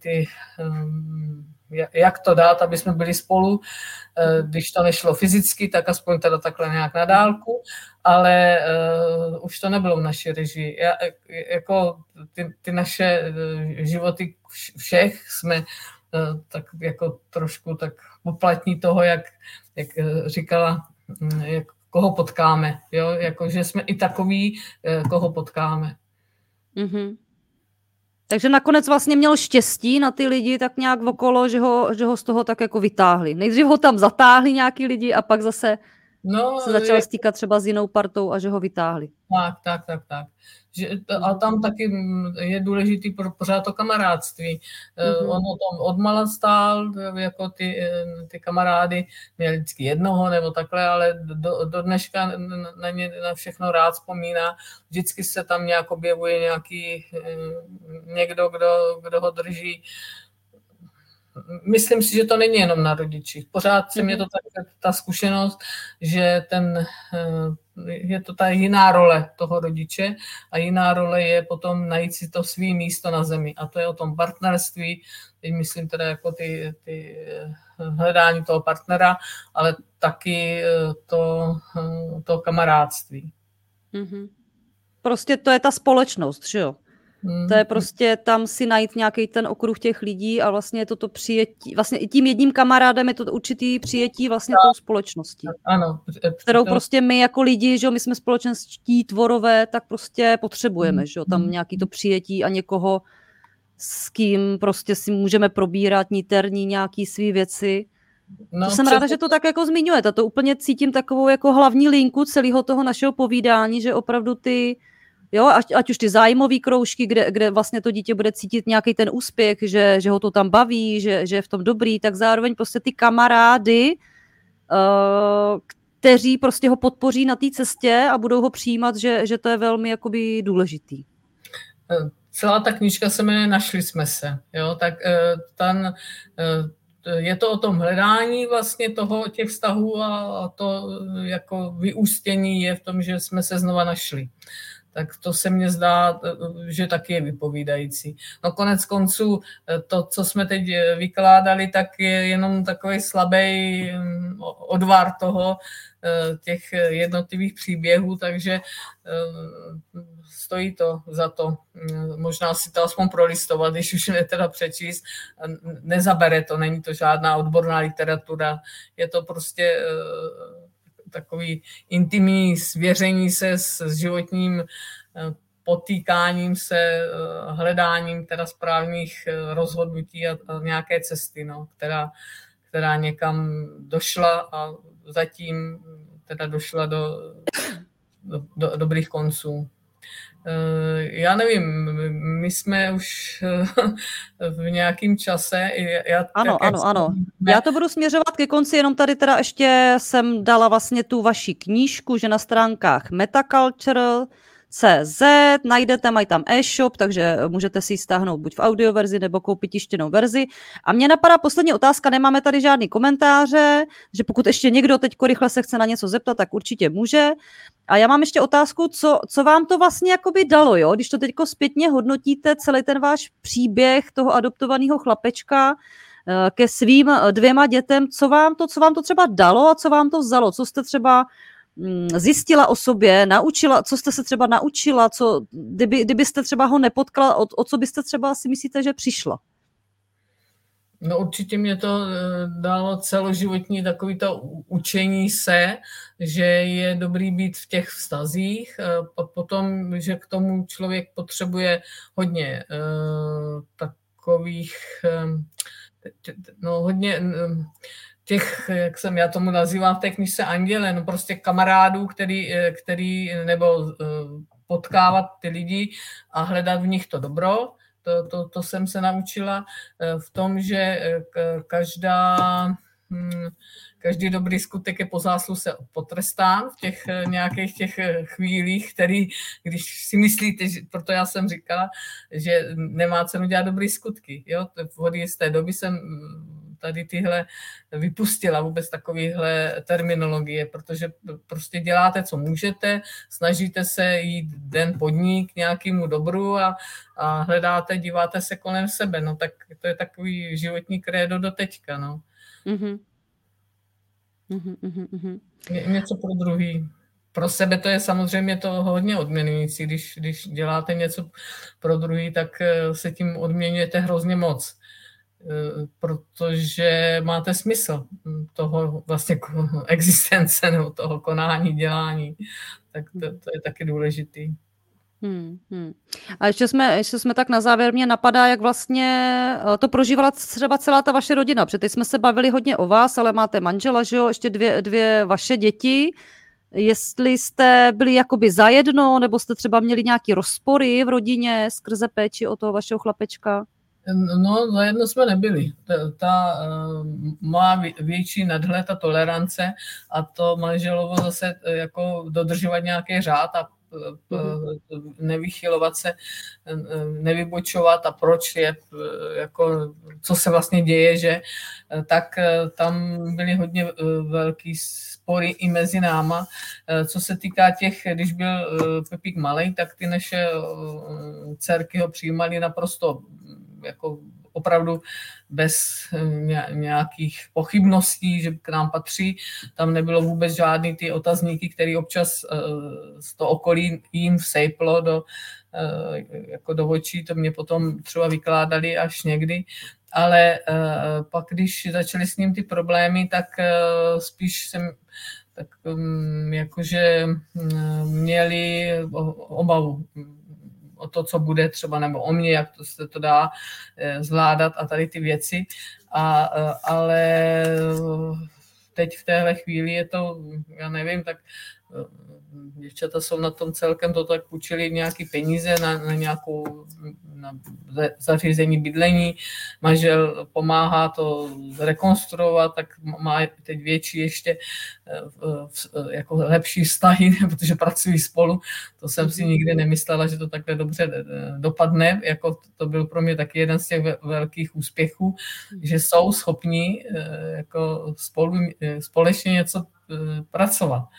jak to dát, aby jsme byli spolu, když to nešlo fyzicky, tak aspoň teda takhle nějak na dálku, ale už to nebylo v naší režii. Jako ty naše životy všech jsme tak jako trošku tak poplatní toho, jak říkala, koho potkáme, jo, jakože jsme i takový, koho potkáme. Takže nakonec vlastně měl štěstí na ty lidi tak nějak okolo, že ho z toho tak jako vytáhli. Nejdřív ho tam zatáhli nějaký lidi a pak zase se začal stýkat třeba s jinou partou a že ho vytáhli. Tak. A tam taky je důležitý pořád to kamarádství. On o tom odmala stál, jako ty kamarády, měl vždycky jednoho nebo takhle, ale do dneška na všechno rád vzpomíná. Vždycky se tam nějak objevuje nějaký někdo, kdo ho drží. Myslím si, že to není jenom na rodičích. Pořád se mě to ta zkušenost, že je to ta jiná role toho rodiče a jiná role je potom najít si to svý místo na zemi. A to je o tom partnerství, teď myslím teda jako ty hledání toho partnera, ale taky to kamarádství. Prostě to je ta společnost, že jo? To je prostě tam si najít nějaký ten okruh těch lidí a vlastně je to přijetí, vlastně i tím jedním kamarádem je to určitý přijetí vlastně tou společností. Ano. Kterou prostě my jako lidi, že jo, my jsme společenští tvorové, tak prostě potřebujeme, že jo, tam nějaký to přijetí a někoho, s kým prostě si můžeme probírat niterní nějaký svý věci. No, to jsem ráda, že to tak jako zmiňujete. To úplně cítím takovou jako hlavní linku celého toho našeho povídání, že opravdu jo, ať už ty zájmové kroužky, kde vlastně to dítě bude cítit nějaký ten úspěch, že ho to tam baví, že je v tom dobrý, tak zároveň prostě ty kamarády, kteří prostě ho podpoří na té cestě a budou ho přijímat, že to je velmi jakoby důležitý. Celá ta knížka se jmenuje Našli jsme se, jo, tak je to o tom hledání vlastně těch vztahů a to jako vyústění je v tom, že jsme se znova našli. tak to se mně zdá, že taky je vypovídající. No konec konců to, co jsme teď vykládali, tak je jenom takový slabý odvar toho, těch jednotlivých příběhů, takže stojí to za to. Možná si to aspoň prolistovat, když už ne teda přečíst. Nezabere to, není to žádná odborná literatura. Je to prostě takový intimní svěření se s životním potýkáním se, hledáním teda správných rozhodnutí a nějaké cesty, no, která někam došla a zatím teda došla do dobrých konců. Já nevím, my jsme už v nějakém čase. Ano. Já to budu směřovat ke konci, jenom tady teda ještě jsem dala vlastně tu vaši knížku, že na stránkách metaculture.cz najdete, mají tam e-shop, takže můžete si ji stáhnout buď v audioverzi nebo koupit tištěnou verzi. A mě napadá poslední otázka, nemáme tady žádný komentáře, že pokud ještě někdo teďko rychle se chce na něco zeptat, tak určitě může. A já mám ještě otázku, co vám to vlastně jakoby dalo, jo? Když to teďko zpětně hodnotíte, celý ten váš příběh toho adoptovaného chlapečka ke svým 2 dětem, co vám to třeba dalo a co vám to vzalo? Co jste třeba zjistila o sobě, naučila, co jste se třeba naučila, kdybyste třeba ho nepotkala, o co byste třeba si myslíte, že přišla? No určitě mě to dalo celoživotní takový to učení se, že je dobrý být v těch vztazích, potom, že k tomu člověk potřebuje hodně takových, hodně těch, jak jsem já tomu nazývám v té knižce anděle, no prostě kamarádů, který nebo potkávat ty lidi a hledat v nich to dobro. To jsem se naučila v tom, že každý dobrý skutek je po zásluze potrestán v těch nějakých těch chvílích, když si myslíte, proto já jsem říkala, že nemá cenu dělat dobrý skutky. Jo? Z té doby jsem tady tyhle vypustila vůbec takovýhle terminologie, protože prostě děláte, co můžete, snažíte se jít den po dní k nějakému dobru a hledáte, díváte se kolem sebe, no tak to je takový životní krédo do teďka, no. Něco pro druhý. Pro sebe to je samozřejmě to hodně odměňující, když děláte něco pro druhý, tak se tím odměňujete hrozně moc. Protože máte smysl toho vlastně existence nebo toho konání, dělání, tak to je taky důležitý. A ještě jsme tak na závěr, mě napadá, jak vlastně to prožívala třeba celá ta vaše rodina, protože teď jsme se bavili hodně o vás, ale máte manžela, že jo, ještě dvě vaše děti, jestli jste byli jakoby zajedno, nebo jste třeba měli nějaký rozpory v rodině skrze péči o toho vašeho chlapečka? No, zajedno jsme nebyli. Ta má větší nadhled a tolerance a to manželovo zase jako dodržovat nějaký řád a nevychylovat se, nevybočovat a proč je, jako, co se vlastně děje, že tak tam byly hodně velký spory i mezi náma. Co se týká těch, když byl Pepík malej, tak ty naše dcerky ho přijímali naprosto jako opravdu bez nějakých pochybností, že k nám patří. Tam nebylo vůbec žádný ty otazníky, které občas z toho okolí jim vsejplo jako do očí. To mě potom třeba vykládali až někdy. Ale pak, když začaly s ním ty problémy, tak spíš jsem tak jakože měli obavu o to, co bude třeba, nebo o mě, jak to se to dá zvládat a tady ty věci. Ale teď v téhle chvíli je to, já nevím, tak děvčata jsou na tom celkem to tak půjčili nějaký peníze na nějakou na zařízení bydlení. Manžel pomáhá to rekonstruovat, tak má teď větší ještě jako lepší vztahy, protože pracují spolu. To jsem si nikdy nemyslela, že to takhle dobře dopadne. Jako to byl pro mě taky jeden z těch velkých úspěchů, že jsou schopni jako společně něco pracovat.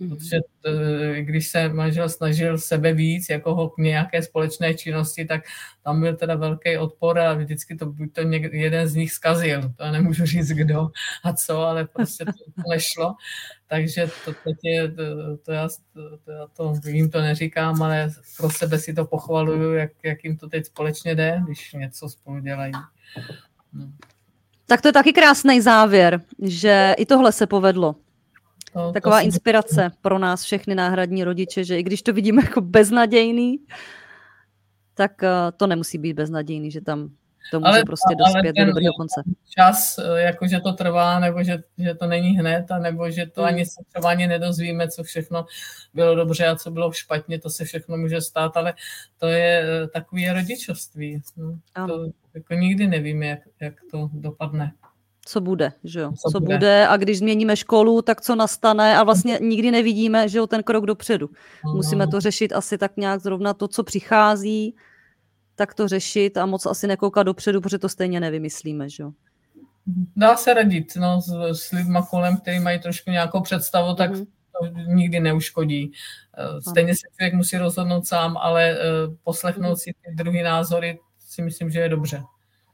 Protože když se manžel snažil sebe víc, jako ho k nějaké společné činnosti, tak tam byl teda velký odpor a vždycky to buď to jeden z nich zkazil. To nemůžu říct kdo a co, ale prostě to nešlo. Takže to teď je, já to jim to neříkám, ale pro sebe si to pochvaluju, jak jim to teď společně jde, když něco spolu dělají. No. Tak to je taky krásný závěr, že i tohle se povedlo. Taková inspirace pro nás všechny náhradní rodiče, že i když to vidíme jako beznadějný, tak to nemusí být beznadějný, že tam to může prostě dospět do dobrého konce. Čas, jako že to trvá, nebo že to není hned, a nebo že to ani se třeba ani nedozvíme, co všechno bylo dobře a co bylo špatně, to se všechno může stát, ale to je takové rodičovství. To jako nikdy nevíme, jak to dopadne. Co bude, že jo? Co bude a když změníme školu, tak co nastane a vlastně nikdy nevidíme, že jo, ten krok dopředu. Musíme to řešit asi tak nějak zrovna to, co přichází, tak to řešit a moc asi nekoukat dopředu, protože to stejně nevymyslíme, že jo? Dá se radit, s lidma kolem, kteří mají trošku nějakou představu, tak to nikdy neuškodí. Stejně se člověk musí rozhodnout sám, ale poslechnout si ty druhý názory si myslím, že je dobře.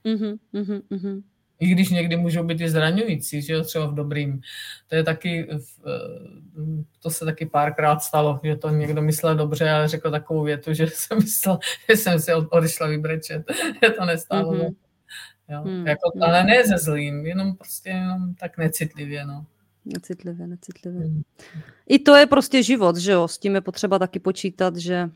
I když někdy můžou být i zraňující, že jo, třeba v dobrým. To je taky, to se taky párkrát stalo, že to někdo myslel dobře a řekl takovou větu, že jsem myslel, že jsem si odešla vybrečet. Je to nestálo. Jo. Ale ne ze zlým, jenom tak necitlivě. No. Necitlivě. I to je prostě život, že jo, s tím je potřeba taky počítat, že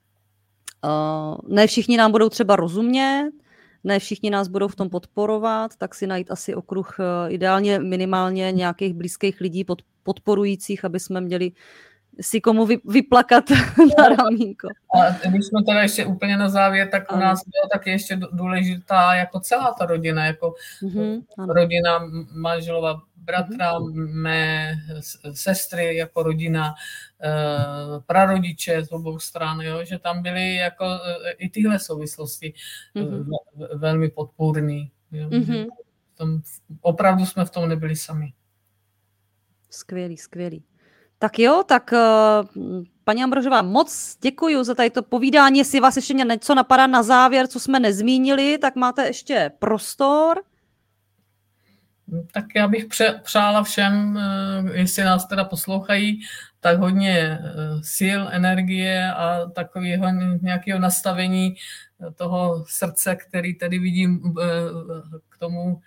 ne všichni nám budou třeba rozumět, ne všichni nás budou v tom podporovat, tak si najít asi okruh ideálně minimálně nějakých blízkých lidí podporujících, aby jsme měli si komu vyplakat na ramínko. A když jsme teda ještě úplně na závěr, tak u nás byla taky ještě důležitá jako celá ta rodina, jako rodina manželova bratra, mé sestry jako rodina, prarodiče z obou stran, jo, že tam byly jako i tyhle souvislosti velmi podpůrný. Jo. Opravdu jsme v tom nebyli sami. Skvělý. Tak jo, tak paní Ambrožová, moc děkuji za tady to povídání. Jestli vás ještě něco napadá na závěr, co jsme nezmínili, tak máte ještě prostor. Tak já bych přála všem, jestli nás teda poslouchají, tak hodně sil, energie a takového nějakého nastavení toho srdce, který tady vidím k tomu,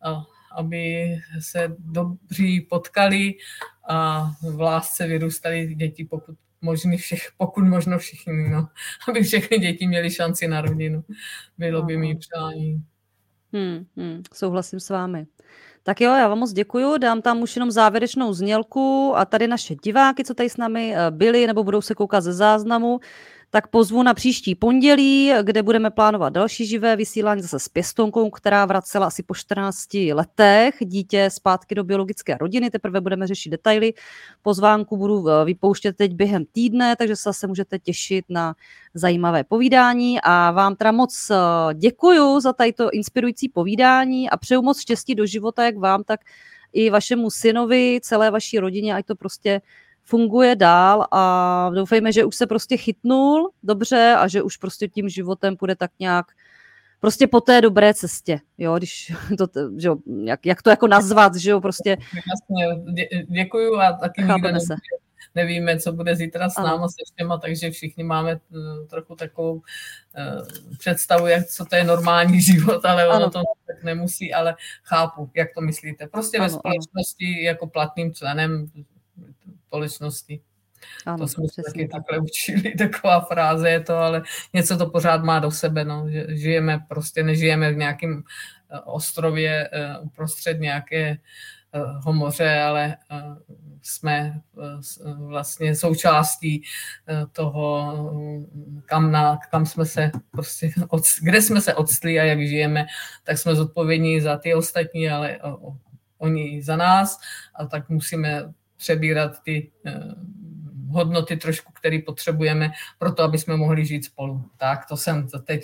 aby se dobří potkali a v lásce vyrůstali děti, pokud možno všichni, no. Aby všechny děti měly šanci na rodinu. Bylo by mý přání. Souhlasím s vámi. Tak jo, já vám moc děkuju, dám tam už jenom závěrečnou znělku a tady naše diváky, co tady s námi byli nebo budou se koukat ze záznamu, tak pozvu na příští pondělí, kde budeme plánovat další živé vysílání zase s pěstounkou, která vracela asi po 14 letech dítě zpátky do biologické rodiny. Teprve budeme řešit detaily. Pozvánku budu vypouštět teď během týdne, takže se zase můžete těšit na zajímavé povídání a vám teda moc děkuju za tato inspirující povídání a přeju moc štěstí do života, jak vám, tak i vašemu synovi, celé vaší rodině, ať to prostě funguje dál a doufejme, že už se prostě chytnul dobře a že už prostě tím životem půjde tak nějak prostě po té dobré cestě, jo, když to, že jo, jak to jako nazvat, že jo, prostě. Jasně, děkuju a taky nevíme, co bude zítra s náma se všema, takže všichni máme trochu takovou představu, co to je normální život, ale ono to tak nemusí, ale chápu, jak to myslíte. Prostě ve společnosti jako platným členem společnosti. To jsme se taky takhle učili, taková fráze je to, ale něco to pořád má do sebe, no, že žijeme, prostě nežijeme v nějakém ostrově uprostřed nějaké moře, ale jsme vlastně součástí toho, kam jsme se prostě, kde jsme se odstli a jak žijeme, tak jsme zodpovědní za ty ostatní, ale oni za nás a tak musíme přebírat ty hodnoty trošku, které potřebujeme pro to, aby jsme mohli žít spolu. Tak to jsem teď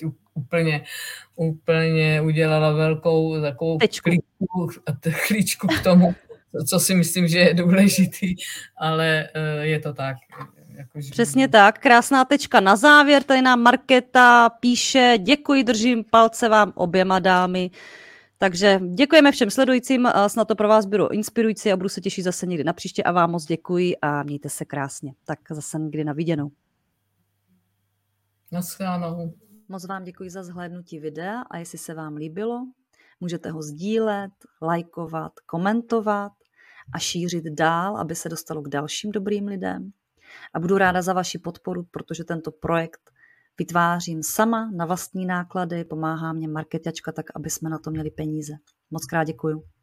úplně udělala velkou takovou klíčku k tomu, co si myslím, že je důležitý, ale je to tak. Přesně tak, krásná tečka na závěr, tady nám Markéta píše, děkuji, držím palce vám oběma dámy. Takže děkujeme všem sledujícím, snad to pro vás bylo inspirující a budu se těšit zase někdy na příště a vám moc děkuji a mějte se krásně. Tak zase někdy na viděnou. Naschledanou. Moc vám děkuji za zhlédnutí videa a jestli se vám líbilo, můžete ho sdílet, lajkovat, komentovat a šířit dál, aby se dostalo k dalším dobrým lidem. A budu ráda za vaši podporu, protože tento projekt vytvářím sama na vlastní náklady, pomáhá mě marketačka tak, aby jsme na to měli peníze. Moc krát děkuju.